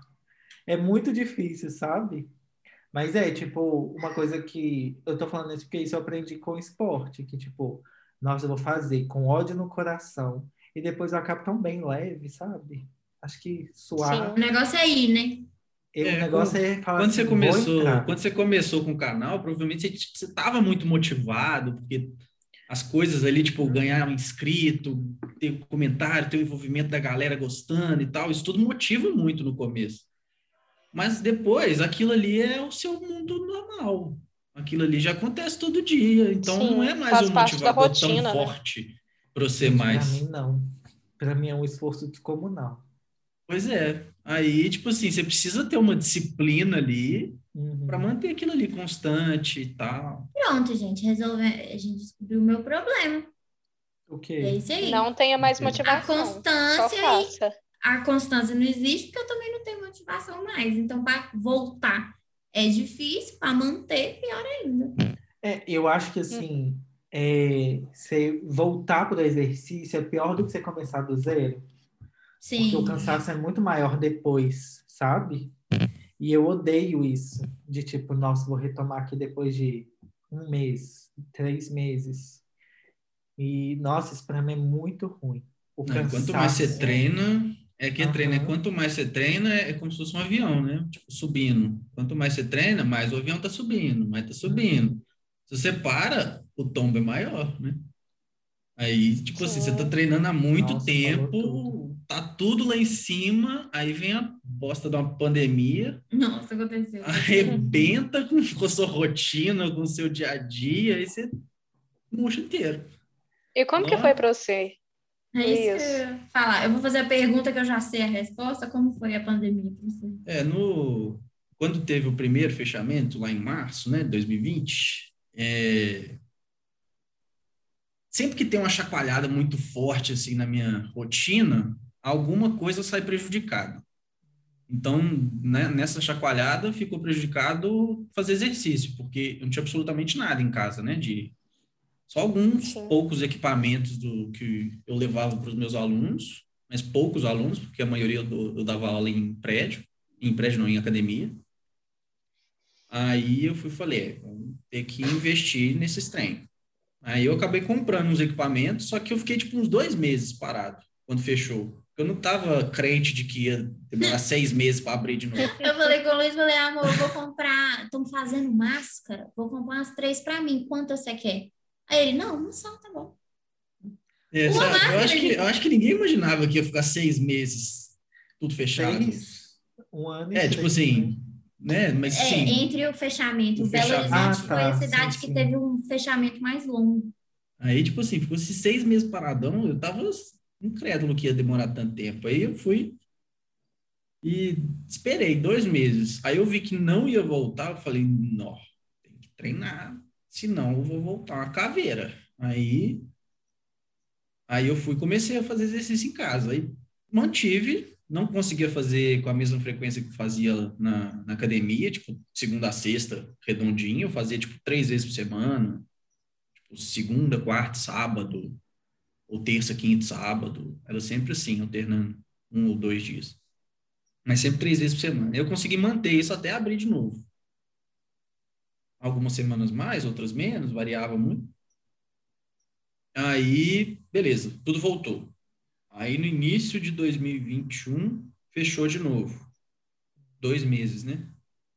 é muito difícil, sabe? Mas é, tipo, uma coisa que eu tô falando isso porque isso eu aprendi com esporte, que, tipo, nossa, eu vou fazer com ódio no coração e depois eu acabo tão bem leve, sabe? Acho que suar, O negócio é ir, né? o negócio é falar Quando assim, vou quando entrar. você começou com o canal, provavelmente você estava muito motivado, porque as coisas ali, tipo, ganhar um inscrito, ter comentário, ter o envolvimento da galera gostando e tal, isso tudo motiva muito no começo. Mas depois, aquilo ali é o seu mundo normal. Aquilo ali já acontece todo dia, então não é Sim, mais faz um parte da motivador tão rotina, né? forte para você Gente, pra mim mais. não. Pra mim é um esforço descomunal. Pois é. Aí, tipo assim, você precisa ter uma disciplina ali para Uhum. manter aquilo ali constante e tal. Pronto, gente, a gente descobriu o meu problema. O É quê? isso aí. Não tenha mais Ok. A motivação. Só constância faça. a constância não existe porque eu também não tenho motivação mais. Então, para voltar é difícil, para manter, pior ainda. Eu acho que Hum, assim, você voltar para o exercício é pior do que você começar do zero, porque o Sim. cansaço é muito maior depois, sabe? E eu odeio isso, de tipo, nossa, vou retomar aqui depois de 1 mês, 3 meses. E, nossa, isso pra mim é muito ruim. O Não, e quanto mais você cansaço. treina, é que treina. Aham. Quanto mais você treina, é como se fosse um avião, né? Tipo, subindo. Quanto mais você treina, mais o avião tá subindo, mais tá subindo. Uhum. Se você para, o tombo é maior, né? Aí, tipo assim, você tá sim. treinando há muito Nossa, falou tudo. tempo, tá tudo lá em cima, aí vem a bosta de uma pandemia, Nossa, aconteceu. arrebenta com a sua rotina, com o seu dia a dia, aí você murcha inteiro. E como que foi Nó. para você, É isso que eu Luiz? ia falar. Eu vou fazer a pergunta que eu já sei a resposta. Como foi a pandemia para você? Quando teve o primeiro fechamento, lá em março, né, de 2020, sempre que tem uma chacoalhada muito forte, assim, na minha rotina, alguma coisa sai prejudicada. Então, né, nessa chacoalhada, ficou prejudicado fazer exercício, porque eu não tinha absolutamente nada em casa, né, só alguns Sim. poucos equipamentos do que eu levava para os meus alunos, mas poucos alunos, porque a maioria eu dava aula em prédio não, em academia. Aí eu falei, vamos ter que investir nesses trem. Aí eu acabei comprando uns equipamentos, só que eu fiquei tipo uns 2 meses parado quando fechou. Eu não tava crente de que ia demorar 6 meses para abrir de novo. Eu falei com o Luiz, falei, amor, eu vou comprar, estão fazendo máscara, vou comprar umas 3 para mim, quanto você quer? Aí ele, não, uma só, tá bom. Uma Sabe? máscara, Eu gente. acho que ninguém imaginava que ia ficar 6 meses tudo fechado. 6, 1 ano e Tipo 3 meses. assim, né? Mas É, sim, entre o fechamento, o o Belo Ah, Horizonte fechamento. foi a tá. Sim, cidade que teve sim. um fechamento mais longo. Aí, tipo assim, ficou esses 6 meses paradão, eu tava incrédulo que ia demorar tanto tempo. Aí eu fui e esperei 2 meses. Aí eu vi que não ia voltar, eu falei, não, tem que treinar, senão eu vou voltar uma caveira. Aí eu fui e comecei a fazer exercício em casa. Aí mantive, não conseguia fazer com a mesma frequência que fazia na academia, tipo, segunda a sexta, redondinho, eu fazia, tipo, 3 vezes por semana, tipo, segunda, quarta, sábado, ou terça, quinta, sábado. Era sempre assim, alternando 1 ou 2 dias. Mas sempre 3 vezes por semana. Eu consegui manter isso até abrir de novo. Algumas semanas mais, outras menos, variava muito. Aí, beleza, tudo voltou. Aí no início de 2021, fechou de novo. 2 meses, né?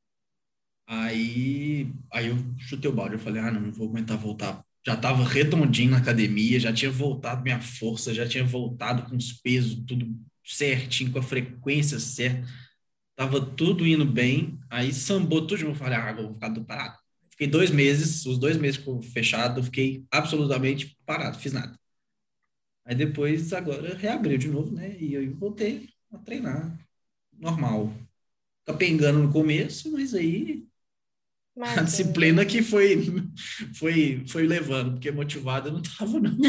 Aí eu chutei o balde. Eu falei, não vou aguentar voltar. Já tava redondinho na academia, já tinha voltado minha força, já tinha voltado com os pesos, tudo certinho, com a frequência certa. Tava tudo indo bem. Aí sambou tudo. Eu falei, eu vou ficar parado. Fiquei 2 meses, os 2 meses que ficou fechado, eu fiquei absolutamente parado, fiz nada. Aí depois, agora, reabriu de novo, né? E eu voltei a treinar, normal. Capengando no começo, mas aí A disciplina que foi levando, porque motivada eu não estava, não.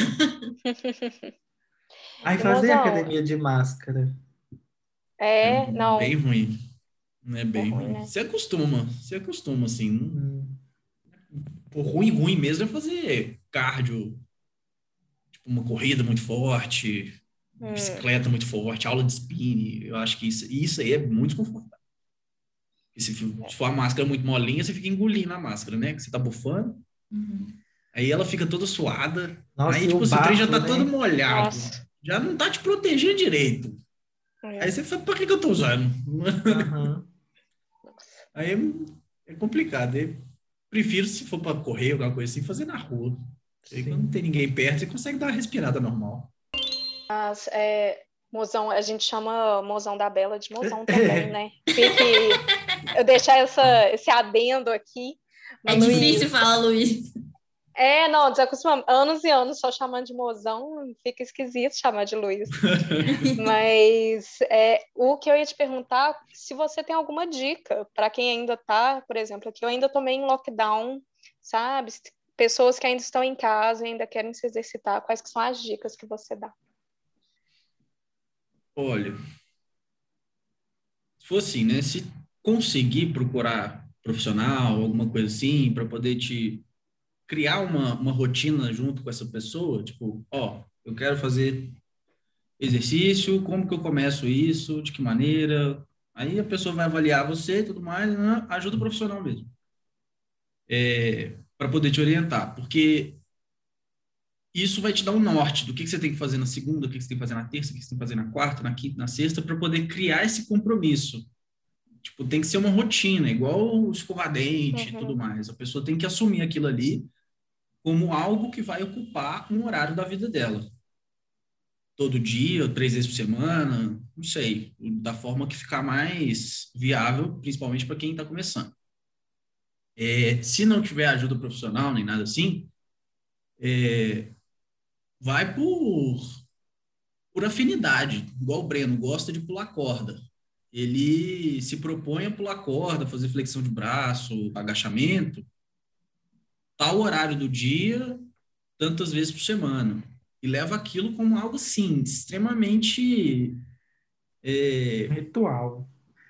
Aí fazer academia de máscara. Não. Bem ruim. Não é bem ruim. Né? Você acostuma, assim. O ruim mesmo é fazer cardio, tipo uma corrida muito forte, bicicleta muito forte, aula de spinning. Eu acho que isso aí é muito confortável. E se for a máscara muito molinha, você fica engolindo a máscara, né? Que você tá bufando. Aí ela fica toda suada. Nossa, aí, tipo, o trem já tá né? todo molhado. Já não tá te protegendo direito. Aí você fala, pra que eu tô usando? Aí é complicado. Eu prefiro, se for para correr, alguma coisa assim, fazer na rua. Aí quando não tem ninguém perto, você consegue dar uma respirada normal. Mas, mozão, a gente chama mozão da Bela de mozão também, né? Eu deixar esse adendo aqui. É difícil falar, Luiz. Não, desacostumamos. Anos e anos só chamando de mozão, fica esquisito chamar de Luiz. Mas o que eu ia te perguntar, se você tem alguma dica para quem ainda está, por exemplo, aqui eu ainda estou meio em lockdown, sabe? Pessoas que ainda estão em casa e ainda querem se exercitar, quais que são as dicas que você dá? Olha, se for assim, né? Se conseguir procurar profissional, alguma coisa assim, para poder te criar uma rotina junto com essa pessoa, tipo, eu quero fazer exercício, como que eu começo isso, de que maneira, aí a pessoa vai avaliar você e tudo mais, né? Ajuda o profissional mesmo, para poder te orientar, porque isso vai te dar um norte do que você tem que fazer na segunda, o que você tem que fazer na terça, o que você tem que fazer na quarta, na quinta, na sexta, para poder criar esse compromisso. Tipo, tem que ser uma rotina, igual escovar dente e tudo mais. A pessoa tem que assumir aquilo ali como algo que vai ocupar um horário da vida dela. Todo dia, 3 vezes por semana, não sei, da forma que ficar mais viável, principalmente para quem está começando. Se não tiver ajuda profissional nem nada assim, vai por afinidade, igual o Breno gosta de pular corda. Ele se propõe a pular corda, fazer flexão de braço, agachamento, tal horário do dia, tantas vezes por semana. E leva aquilo como algo, assim, extremamente... ritual.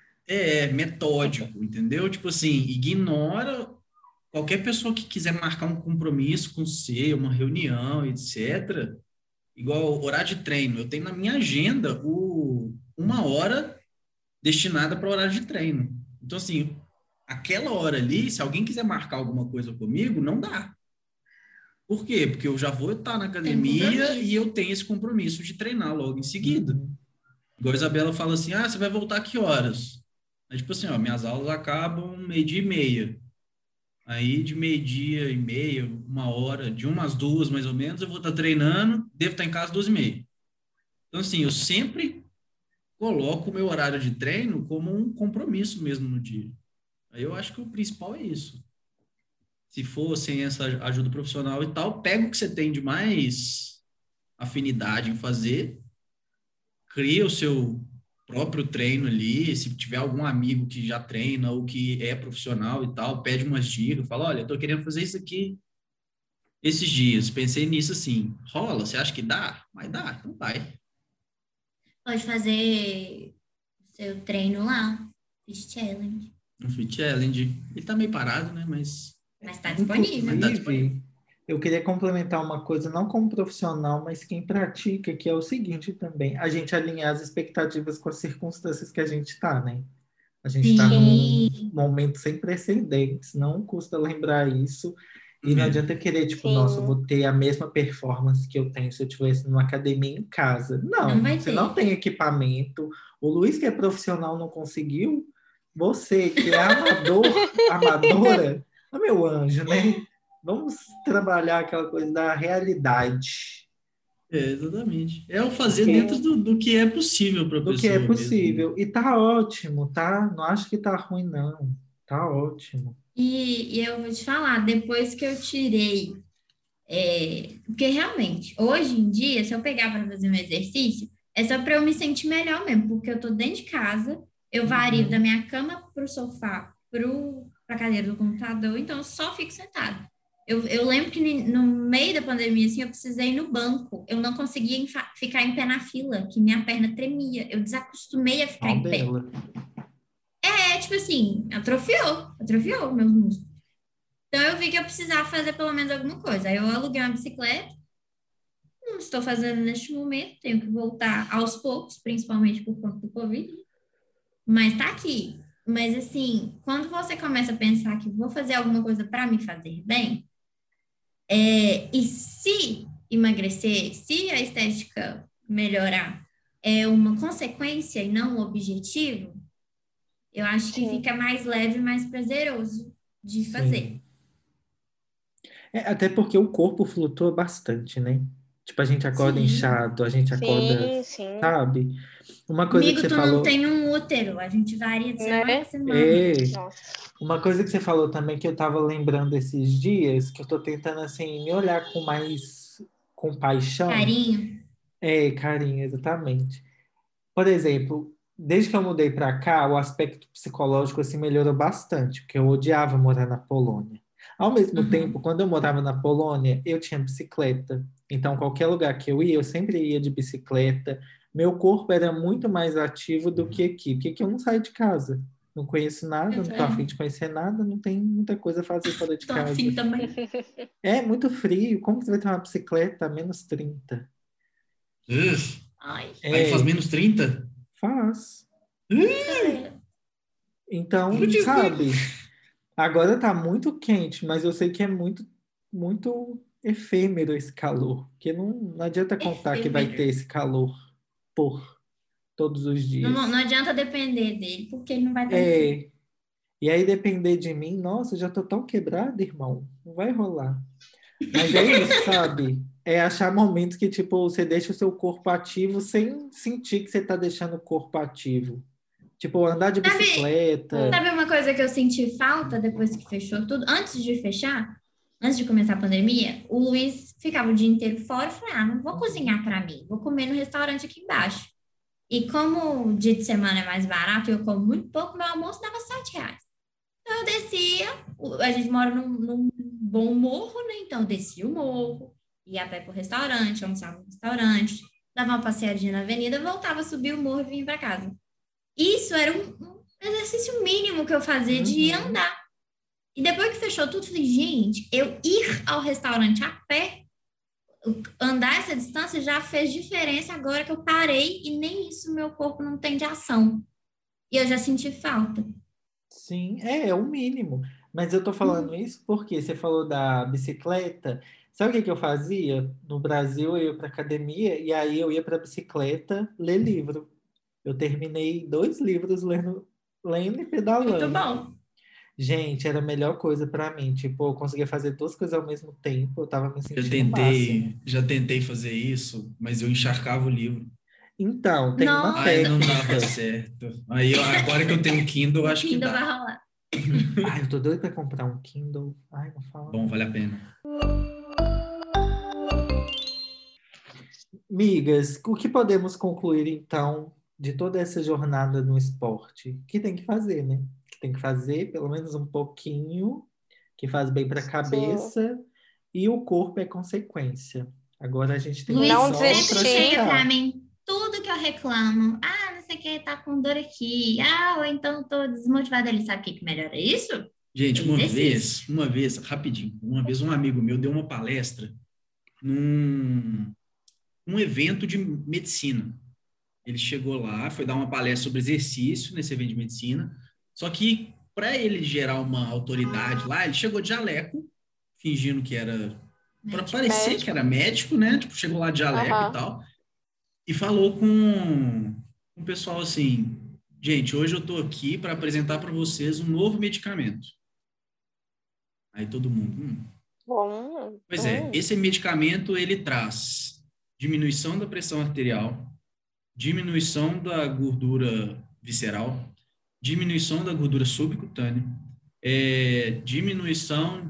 Metódico, entendeu? Tipo assim, ignora qualquer pessoa que quiser marcar um compromisso com você, uma reunião, etc. Igual horário de treino. Eu tenho na minha agenda uma hora destinada para horário de treino. Então, assim, aquela hora ali, se alguém quiser marcar alguma coisa comigo, não dá. Por quê? Porque eu já vou estar na academia e eu tenho esse compromisso de treinar logo em seguida. Igual a Isabela fala assim, você vai voltar a que horas? Aí, tipo assim, minhas aulas acabam 12:30. Aí, de 12:30, 1 hora, de 1 às 2, mais ou menos, eu vou estar treinando, devo estar em casa 12:30. Então, assim, eu sempre coloco o meu horário de treino como um compromisso mesmo no dia. Aí eu acho que o principal é isso. Se for sem essa ajuda profissional e tal, pega o que você tem de mais afinidade em fazer, cria o seu próprio treino ali, se tiver algum amigo que já treina ou que é profissional e tal, pede umas dicas, fala, olha, eu tô querendo fazer isso aqui esses dias, pensei nisso assim, rola, você acha que dá? Mas dá, então vai. Pode fazer o seu treino lá, Fit Challenge. Um Fit Challenge, ele tá meio parado, né, mas tá disponível. Inclusive, eu queria complementar uma coisa, não como profissional, mas quem pratica, que é o seguinte também, a gente alinhar as expectativas com as circunstâncias que a gente está, né? A gente está num momento sem precedentes, não custa lembrar isso. E não adianta querer, tipo, nossa, eu vou ter a mesma performance que eu tenho se eu estivesse numa academia em casa. Não, você não tem equipamento. O Luiz, que é profissional, não conseguiu. Você, que é amadora, é meu anjo, né? Vamos trabalhar aquela coisa da realidade. Exatamente. É o fazer dentro do que é possível para a pessoa. Do que é possível. Mesmo. E tá ótimo, tá? Não acho que tá ruim, não. Tá ótimo. E eu vou te falar, depois que eu tirei, porque realmente, hoje em dia, se eu pegar para fazer um exercício, é só para eu me sentir melhor mesmo, porque eu tô dentro de casa, eu vario da minha cama pro sofá, para a cadeira do computador, então eu só fico sentada. Eu lembro que no meio da pandemia, assim, eu precisei ir no banco. Eu não conseguia ficar em pé na fila, que minha perna tremia. Eu desacostumei a ficar Qual em pé. dela? Tipo assim, atrofiou meus músculos. Então eu vi que eu precisava fazer pelo menos alguma coisa. Aí eu aluguei uma bicicleta, não estou fazendo neste momento, tenho que voltar aos poucos, principalmente por conta do Covid, mas tá aqui. Mas assim, quando você começa a pensar que vou fazer alguma coisa para me fazer bem, e se emagrecer, se a estética melhorar, é uma consequência e não um objetivo, eu acho que Sim. fica mais leve e mais prazeroso de fazer. Sim. Até porque o corpo flutua bastante, né? Tipo, a gente acorda Sim. inchado, a gente acorda, Sim. sabe? Uma coisa que Amigo, você tu falou... não tem um útero, a gente varia de semana Né? a semana. Nossa. Uma coisa que você falou também que eu tava lembrando esses dias, que eu tô tentando, assim, me olhar com mais compaixão. Carinho. Carinho, exatamente. Por exemplo, desde que eu mudei pra cá, o aspecto psicológico, assim, melhorou bastante, porque eu odiava morar na Polônia. Ao mesmo tempo, quando eu morava na Polônia, eu tinha bicicleta. Então, qualquer lugar que eu ia, eu sempre ia de bicicleta. Meu corpo era muito mais ativo do que aqui, porque aqui eu não saio de casa. Não conheço nada, não tô a fim de conhecer nada, não tem muita coisa a fazer fora de Tô casa. afim também. É muito frio, como que você vai ter uma bicicleta a -30? Ai, Aí faz -30? Faz. galera. Então, sabe, agora tá muito quente, mas eu sei que é muito, muito efêmero esse calor, porque não adianta contar que vai ter esse calor por todos os dias. Não adianta depender dele, porque ele não vai estar frio. E aí depender de mim, nossa, eu já tô tão quebrado, irmão, não vai rolar. Mas é isso, sabe? É achar momentos que, tipo, você deixa o seu corpo ativo sem sentir que você tá deixando o corpo ativo. Tipo, andar de bicicleta. Sabe uma coisa que eu senti falta depois que fechou tudo? Antes de fechar, antes de começar a pandemia, o Luiz ficava o dia inteiro fora. Eu falei, não vou cozinhar para mim, vou comer no restaurante aqui embaixo. E como o dia de semana é mais barato e eu como muito pouco, meu almoço dava R$7. Então eu descia, a gente mora num bom morro, né? Então eu descia o morro, ia a pé pro restaurante, almoçava no restaurante, dava uma passeadinha na avenida, voltava a subir o morro e vinha para casa. Isso era um exercício mínimo que eu fazia de andar. E depois que fechou tudo, eu falei, gente, eu ir ao restaurante a pé, andar essa distância já fez diferença agora que eu parei e nem isso meu corpo não tem de ação. E eu já senti falta. Sim, é o mínimo. Mas eu tô falando isso porque você falou da bicicleta. Sabe o que que eu fazia? No Brasil, eu ia pra academia e aí eu ia pra bicicleta ler livro. Eu terminei 2 livros lendo e Muito pedalando. bom. Gente, era a melhor coisa pra mim. Tipo, eu conseguia fazer 2 coisas ao mesmo tempo. Eu tava me sentindo o máximo. Já tentei fazer isso, mas eu encharcava o livro. Então, tem uma Nossa. Aí não técnica. dava certo. Aí agora que eu tenho um Kindle, acho que Kindle vai dá. rolar. Ai, eu tô doido pra comprar um Kindle. Ai, não fala. Bom, vale a pena. Migas, o que podemos concluir então de toda essa jornada no esporte? Que tem que fazer, né? Que tem que fazer pelo menos um pouquinho, que faz bem para a cabeça, e o corpo é consequência. Agora a gente tem que Luiz Não só desistir. sempre chega pra praticar. mim, tudo que eu reclamo. Não sei o que, tá com dor aqui. Ou então tô desmotivada. Ele sabe o que melhora isso? Gente, Exercício. uma vez, rapidinho, uma vez um amigo meu deu uma palestra num evento de medicina. Ele chegou lá, foi dar uma palestra sobre exercício nesse evento de medicina, só que para ele gerar uma autoridade lá, ele chegou de jaleco, fingindo que era, para parecer Médico. que era médico, né? Tipo, chegou lá de jaleco e tal, e falou com o pessoal assim, gente, hoje eu tô aqui para apresentar para vocês um novo medicamento. Aí todo mundo, Bom. Pois é, esse medicamento ele traz diminuição da pressão arterial, diminuição da gordura visceral, diminuição da gordura subcutânea, diminuição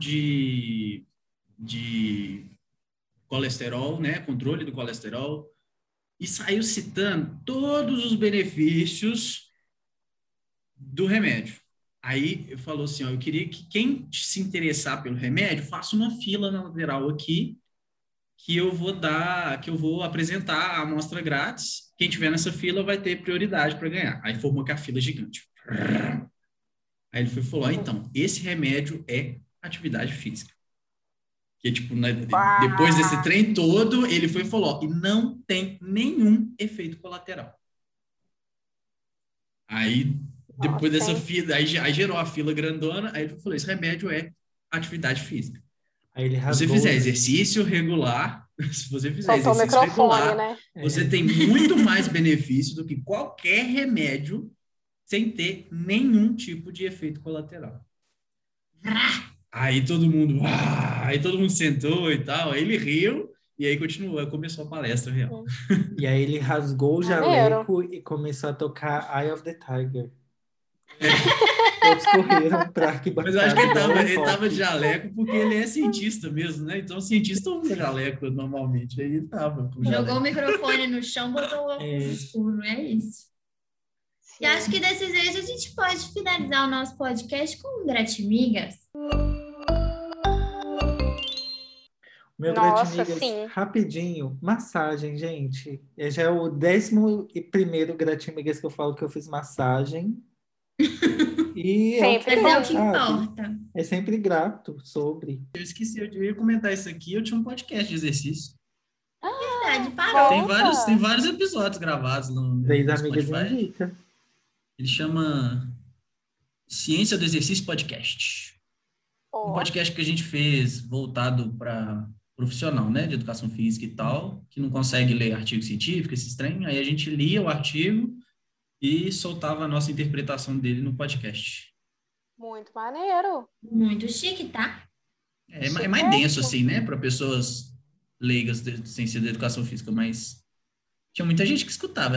de colesterol, né, controle do colesterol, e saiu citando todos os benefícios do remédio. Aí eu falou assim, ó, eu queria que quem se interessar pelo remédio, faça uma fila na lateral aqui, que eu vou apresentar a amostra grátis. Quem tiver nessa fila vai ter prioridade para ganhar. Aí formou que a fila é gigante. Aí ele falou, então, esse remédio é atividade física. Que, tipo, depois desse trem todo, ele foi e falou, e não tem nenhum efeito colateral. Aí, depois dessa fila, aí gerou a fila grandona, aí ele falou, esse remédio é atividade física. Aí ele Se você fizer exercício regular, né? Você tem muito mais benefício do que qualquer remédio sem ter nenhum tipo de efeito colateral. Aí todo mundo sentou e tal, aí ele riu e aí começou a palestra real. E aí ele rasgou o jaleco e começou a tocar Eye of the Tiger. Todos correram pra arquibancada. Mas eu acho que ele tava de jaleco porque ele é cientista mesmo, né? Então o cientista usa jaleco normalmente. Aí ele tava com jaleco. Jogou o microfone no chão, botou o óculos escuro, é isso. Sim. E acho que desse jeito a gente pode finalizar o nosso podcast com Gratimigas. Meu Gratimigas, rapidinho, massagem, gente. Já é o 11º Gratimigas que eu falo que eu fiz massagem. E sempre é o que importa. É sempre grato sobre. Eu esqueci, eu ia comentar isso aqui, eu tinha um podcast de exercício. Verdade, parou. Tem vários episódios gravados no 3 Amigas Indica. Ele chama Ciência do Exercício Podcast. Um podcast que a gente fez voltado para profissional, né, de educação física e tal, que não consegue ler artigo científico, esses trem, aí a gente lia o artigo e soltava a nossa interpretação dele no podcast. Muito maneiro. Muito chique, tá? É mais denso, assim, né, para pessoas leigas sem ser da educação física, mas tinha muita gente que escutava.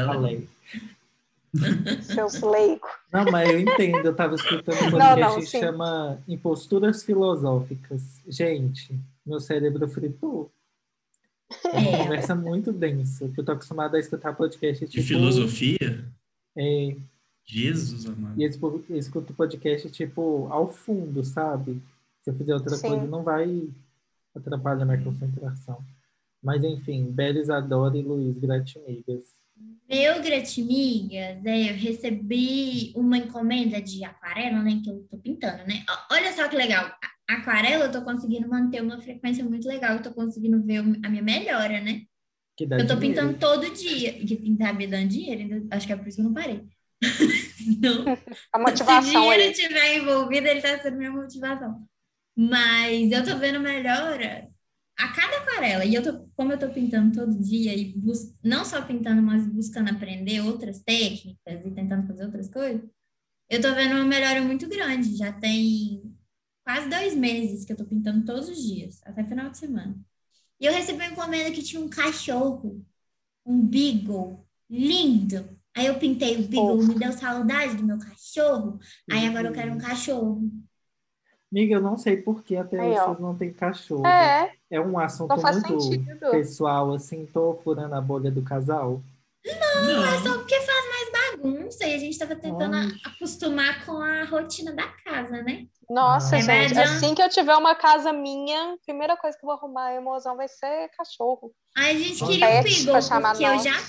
Seus leigos. Não, mas eu entendo, eu tava escutando um podcast que chama Imposturas Filosóficas. Gente, meu cérebro fritou. É uma conversa muito densa, porque eu tô acostumada a escutar podcast tipo... De filosofia? É. Jesus, amado. E eu escuto podcast tipo ao fundo, sabe? Se eu fizer outra coisa, não vai atrapalhar minha concentração. Mas enfim, Belis Adora e Luiz Gratimigas. Meu Gratimigas, eu recebi uma encomenda de aquarela, né? Que eu tô pintando, né? Olha só que legal. Aquarela eu tô conseguindo manter uma frequência muito legal. Eu tô conseguindo ver a minha melhora, né? Eu tô pintando todo dia. E que tá me dando dinheiro, acho que é por isso que eu não parei. Não. A motivação. Se o dinheiro estiver envolvido, ele tá sendo minha motivação. Mas eu tô vendo melhora a cada aquarela. E como eu tô pintando todo dia, e não só pintando, mas buscando aprender outras técnicas e tentando fazer outras coisas, eu tô vendo uma melhora muito grande. Já tem quase 2 meses que eu tô pintando todos os dias, até final de semana. E eu recebi uma encomenda que tinha um cachorro, um beagle, lindo. Aí eu pintei o beagle, me deu saudade do meu cachorro. Aí agora eu quero um cachorro. Amiga, eu não sei por que até hoje vocês não têm cachorro. É um assunto muito pessoal, assim, tô furando a bolha do casal. Não, é só porque faz mais bagunça e a gente tava tentando acostumar com a rotina da casa, né? Nossa, gente, assim que eu tiver uma casa minha, a primeira coisa que eu vou arrumar a emoção vai ser cachorro. Aí a gente queria um beagle, porque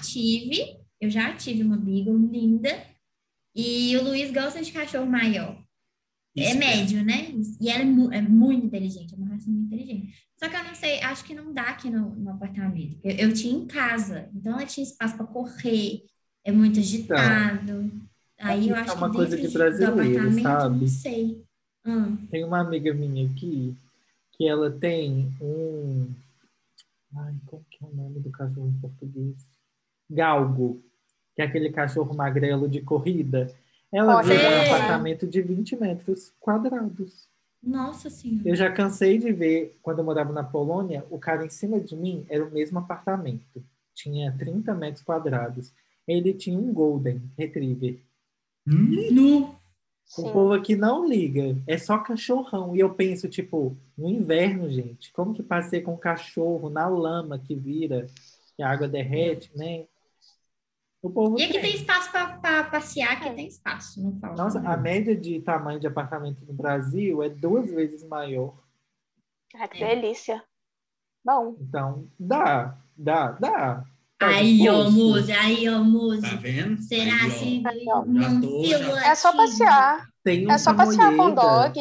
eu já tive uma beagle linda e o Luiz gosta de cachorro maior. É médio, né? E ela é muito inteligente, é uma raça muito inteligente. Só que eu não sei, acho que não dá aqui no apartamento. Eu tinha em casa, então ela tinha espaço para correr, é muito agitado. Aí eu acho é uma que coisa dentro de brasileiro, sabe? Não sei. Tem uma amiga minha aqui que ela tem um... Ai, como que é o nome do cachorro em português? Galgo, que é aquele cachorro magrelo de corrida. Ela vive em um apartamento de 20 metros quadrados. Nossa Senhora. Eu já cansei de ver, quando eu morava na Polônia, o cara em cima de mim era o mesmo apartamento. Tinha 30 metros quadrados. Ele tinha um Golden Retriever. O povo aqui não liga. É só cachorrão. E eu penso, tipo, no inverno, gente, como que passei com um cachorro na lama que vira, que a água derrete, né? O povo E aqui tem tem. espaço para passear, aqui tem espaço, não falta. Nossa, a média de tamanho de apartamento no Brasil é 2 vezes maior. Ai, que delícia. Bom. Então, dá. Tá Aí, ó, disposto? Muzi, Tá vendo? Será Aí, ó. assim? Já tô, já- É só passear. Tem É só passear com dog.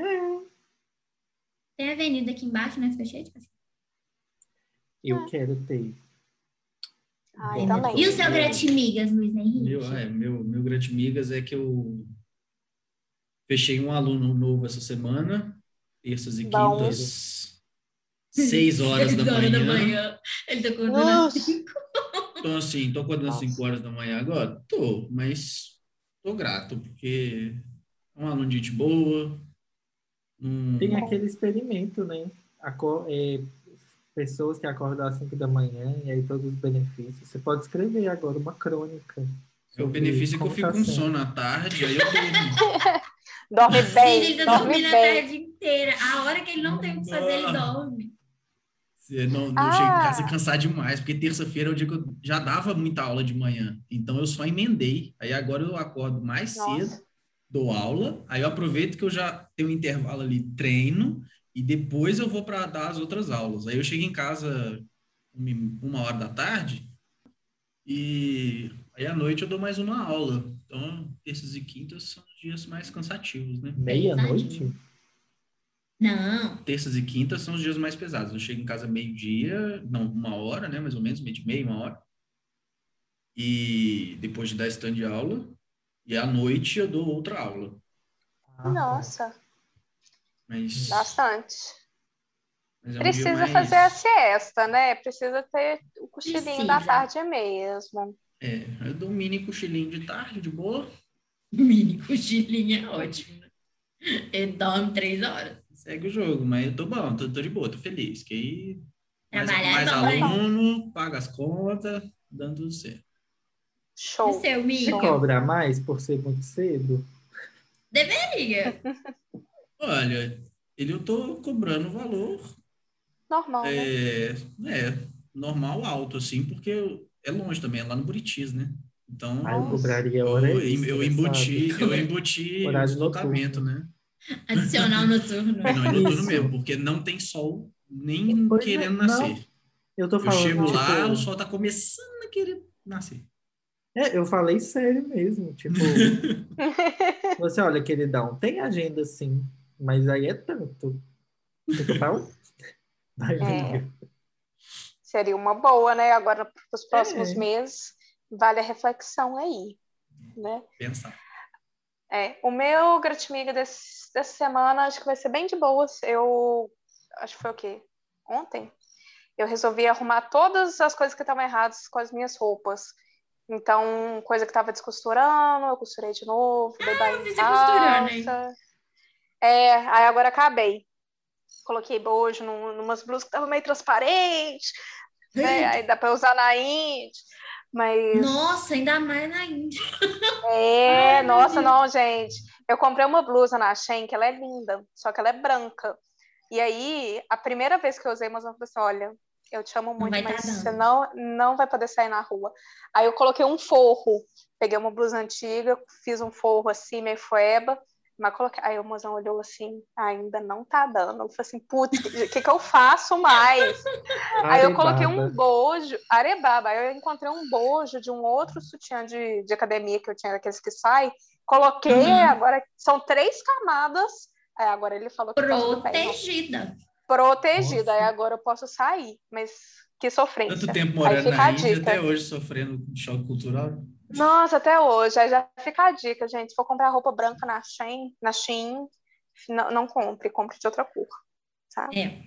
Tem avenida aqui embaixo, né? Fica cheio de passeio. Eu quero ter. Ai, Bom, também. E o seu Gratimigas, Luiz Henrique? Meu Gratimigas é que eu fechei um aluno novo essa semana, terças e Bom. quintas, 6 horas da 6 horas da manhã. manhã. Ele tá acordando às Nossa. 5. Então, assim, tô acordando às Nossa. 5 horas da manhã agora? Tô, mas tô grato, porque é um aluno de gente boa. Tem aquele experimento, né? Pessoas que acordam às 5 da manhã e aí todos os benefícios. Você pode escrever agora uma crônica. O benefício é que eu como fico tá com sendo. sono à tarde, aí eu durmo. Dorme bem, Ele tá dorme dormindo a bem. tarde inteira. A hora que ele não tem o que fazer, ele dorme. Eu chego em casa cansado demais, porque terça-feira é o dia que eu já dava muita aula de manhã. Então eu só emendei. Aí agora eu acordo mais Nossa. cedo, dou aula, aí eu aproveito que eu já tenho um intervalo ali, treino, e depois eu vou para dar as outras aulas. Aí eu chego em casa 1 hora da tarde, e aí à noite eu dou mais uma aula. Então, terças e quintas são os dias mais cansativos, né? Meia-noite? Não. Terças e quintas são os dias mais pesados. Eu chego em casa meio-dia, não, 1 hora, né? Mais ou menos, meio-dia, 1 hora. E depois de dar stand de aula. E à noite eu dou outra aula. Nossa, Mas bastante. é um dia Precisa mais... fazer a siesta, né? Precisa ter o cochilinho da Precisa. tarde mesmo. eu dou um mini cochilinho de tarde, de boa. Mini cochilinho é ótimo, né? Ele dorme 3 horas. Segue o jogo, mas eu tô bom, tô de boa, tô feliz. Que aí Trabalhar mais é bom, hein? aluno, paga as contas, dando tudo certo. E o Show. seu, Você amiga? cobra mais por ser muito cedo? Deveria. Olha, eu tô cobrando valor Normal, né? normal alto, assim, porque é longe também, é lá no Buritis, né? Então, Aí eu Nossa. cobraria hora extra, eu embuti o Horário deslocamento, noturno. né? Adicional noturno. Não, é noturno Isso. mesmo, porque não tem sol nem Pois querendo não, nascer. eu tô Eu falando, chego tipo, lá, o sol tá começando a querer nascer. eu falei sério mesmo, tipo, você olha, queridão, tem agenda sim, mas aí é tanto. Fica bom? Vai, amiga. Seria uma boa, né? Agora, para os próximos É. meses, vale a reflexão aí, né? Pensar. O meu Gratimiga dessa semana, acho que vai ser bem de boas. Eu acho que foi o quê? Ontem? Eu resolvi arrumar todas as coisas que estavam erradas com as minhas roupas. Então, coisa que estava descosturando, eu costurei de novo, dei Eu bainha fiz em você costurando, hein? calça. Aí agora acabei. Coloquei bojo numas blusas que estavam meio transparentes, né? Aí dá para usar na Índia. Mas Nossa, ainda mais na Índia. Ai, meu nossa, Deus. não, gente. Eu comprei uma blusa na Shein, que ela é linda, só que ela é branca. E aí, a primeira vez que eu usei, mas eu falei assim, olha, eu te amo muito, vai mas tá você dando. não vai poder sair na rua. Aí eu coloquei um forro, peguei uma blusa antiga, fiz um forro assim, meio fueba, mas coloquei. Aí o mozão olhou assim, ainda não tá dando. Eu falei assim, putz, o que eu faço mais? Aí eu coloquei um bojo, arebaba. Aí eu encontrei um bojo de um outro sutiã de academia que eu tinha, daqueles que sai. Coloquei, agora são 3 camadas. Aí agora ele falou que posso do pé. Protegida. Protegida, aí Nossa. agora eu posso sair. Mas que sofrência. Tanto tempo Aí morando fica na a Índia, dica. até hoje sofrendo de choque cultural. Nossa, até hoje. Aí já fica a dica, gente. Se for comprar roupa branca na Shein, não compre de outra cor. Sabe?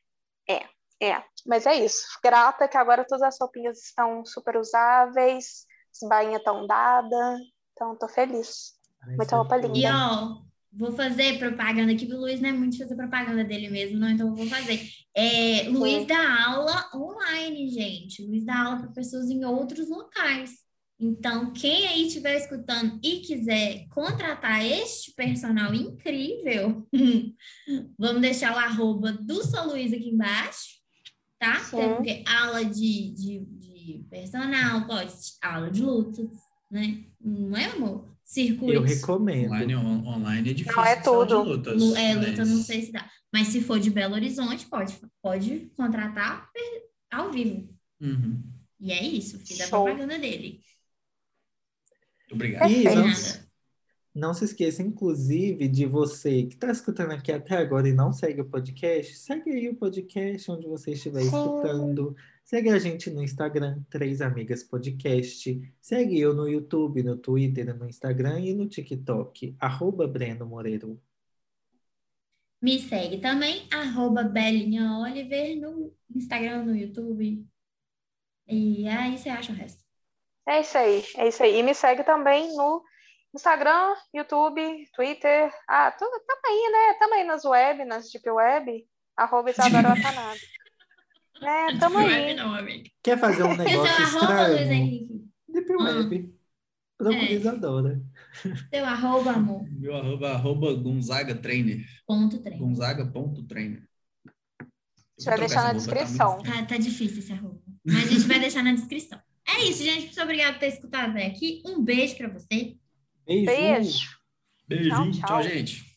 Mas é isso. Grata que agora todas as roupinhas estão super usáveis, as bainhas estão dadas, então tô feliz. Muita roupa E linda. ó, vou fazer propaganda aqui, o Luiz não é muito de fazer propaganda dele mesmo, não, então eu vou fazer. Luiz dá aula online, gente. Luiz dá aula para pessoas em outros locais. Então, quem aí estiver escutando e quiser contratar este personal incrível, vamos deixar o @ do Sou Luiz aqui embaixo, tá? Sim. Temos aula de de personal, pode aula de lutas, né? Não é, amor? Circuito. Eu recomendo. Online é difícil Não, é de sala de tudo. lutas. Luta não sei se dá. Mas se for de Belo Horizonte, pode contratar ao vivo. Uhum. E é isso, fiz a Show. propaganda dele. Obrigado. E Nada. não se esqueça, inclusive, de você que está escutando aqui até agora e não segue o podcast, segue aí o podcast onde você estiver Sim. escutando. Segue a gente no Instagram, Três Amigas Podcast. Segue eu no YouTube, no Twitter, no Instagram e no TikTok, @Breno Moreiro. Me segue também, @BelinhaOliver no Instagram, no YouTube. E aí você acha o resto. É isso aí, é isso aí. E me segue também no Instagram, YouTube, Twitter. Tamo aí, né? Tamo aí nas web, nas Deep Web, @Isadora Watanabe. Né? Tamo Deep aí. Web não, amigo. Quer fazer um Esse é negócio o @Luiz estranho? Henrique. Deep Web. Procura Isadora. Seu amor. Meu @, Gonzaga Trainer. _treino. Gonzaga.trainer. A gente vai deixar na descrição. Tá difícil esse arroba. Mas a gente vai deixar na descrição. É isso, gente. Muito obrigada por ter escutado até aqui. Um beijo pra você. Beijo. Beijo. Beijinho. Tchau, Tchau, gente.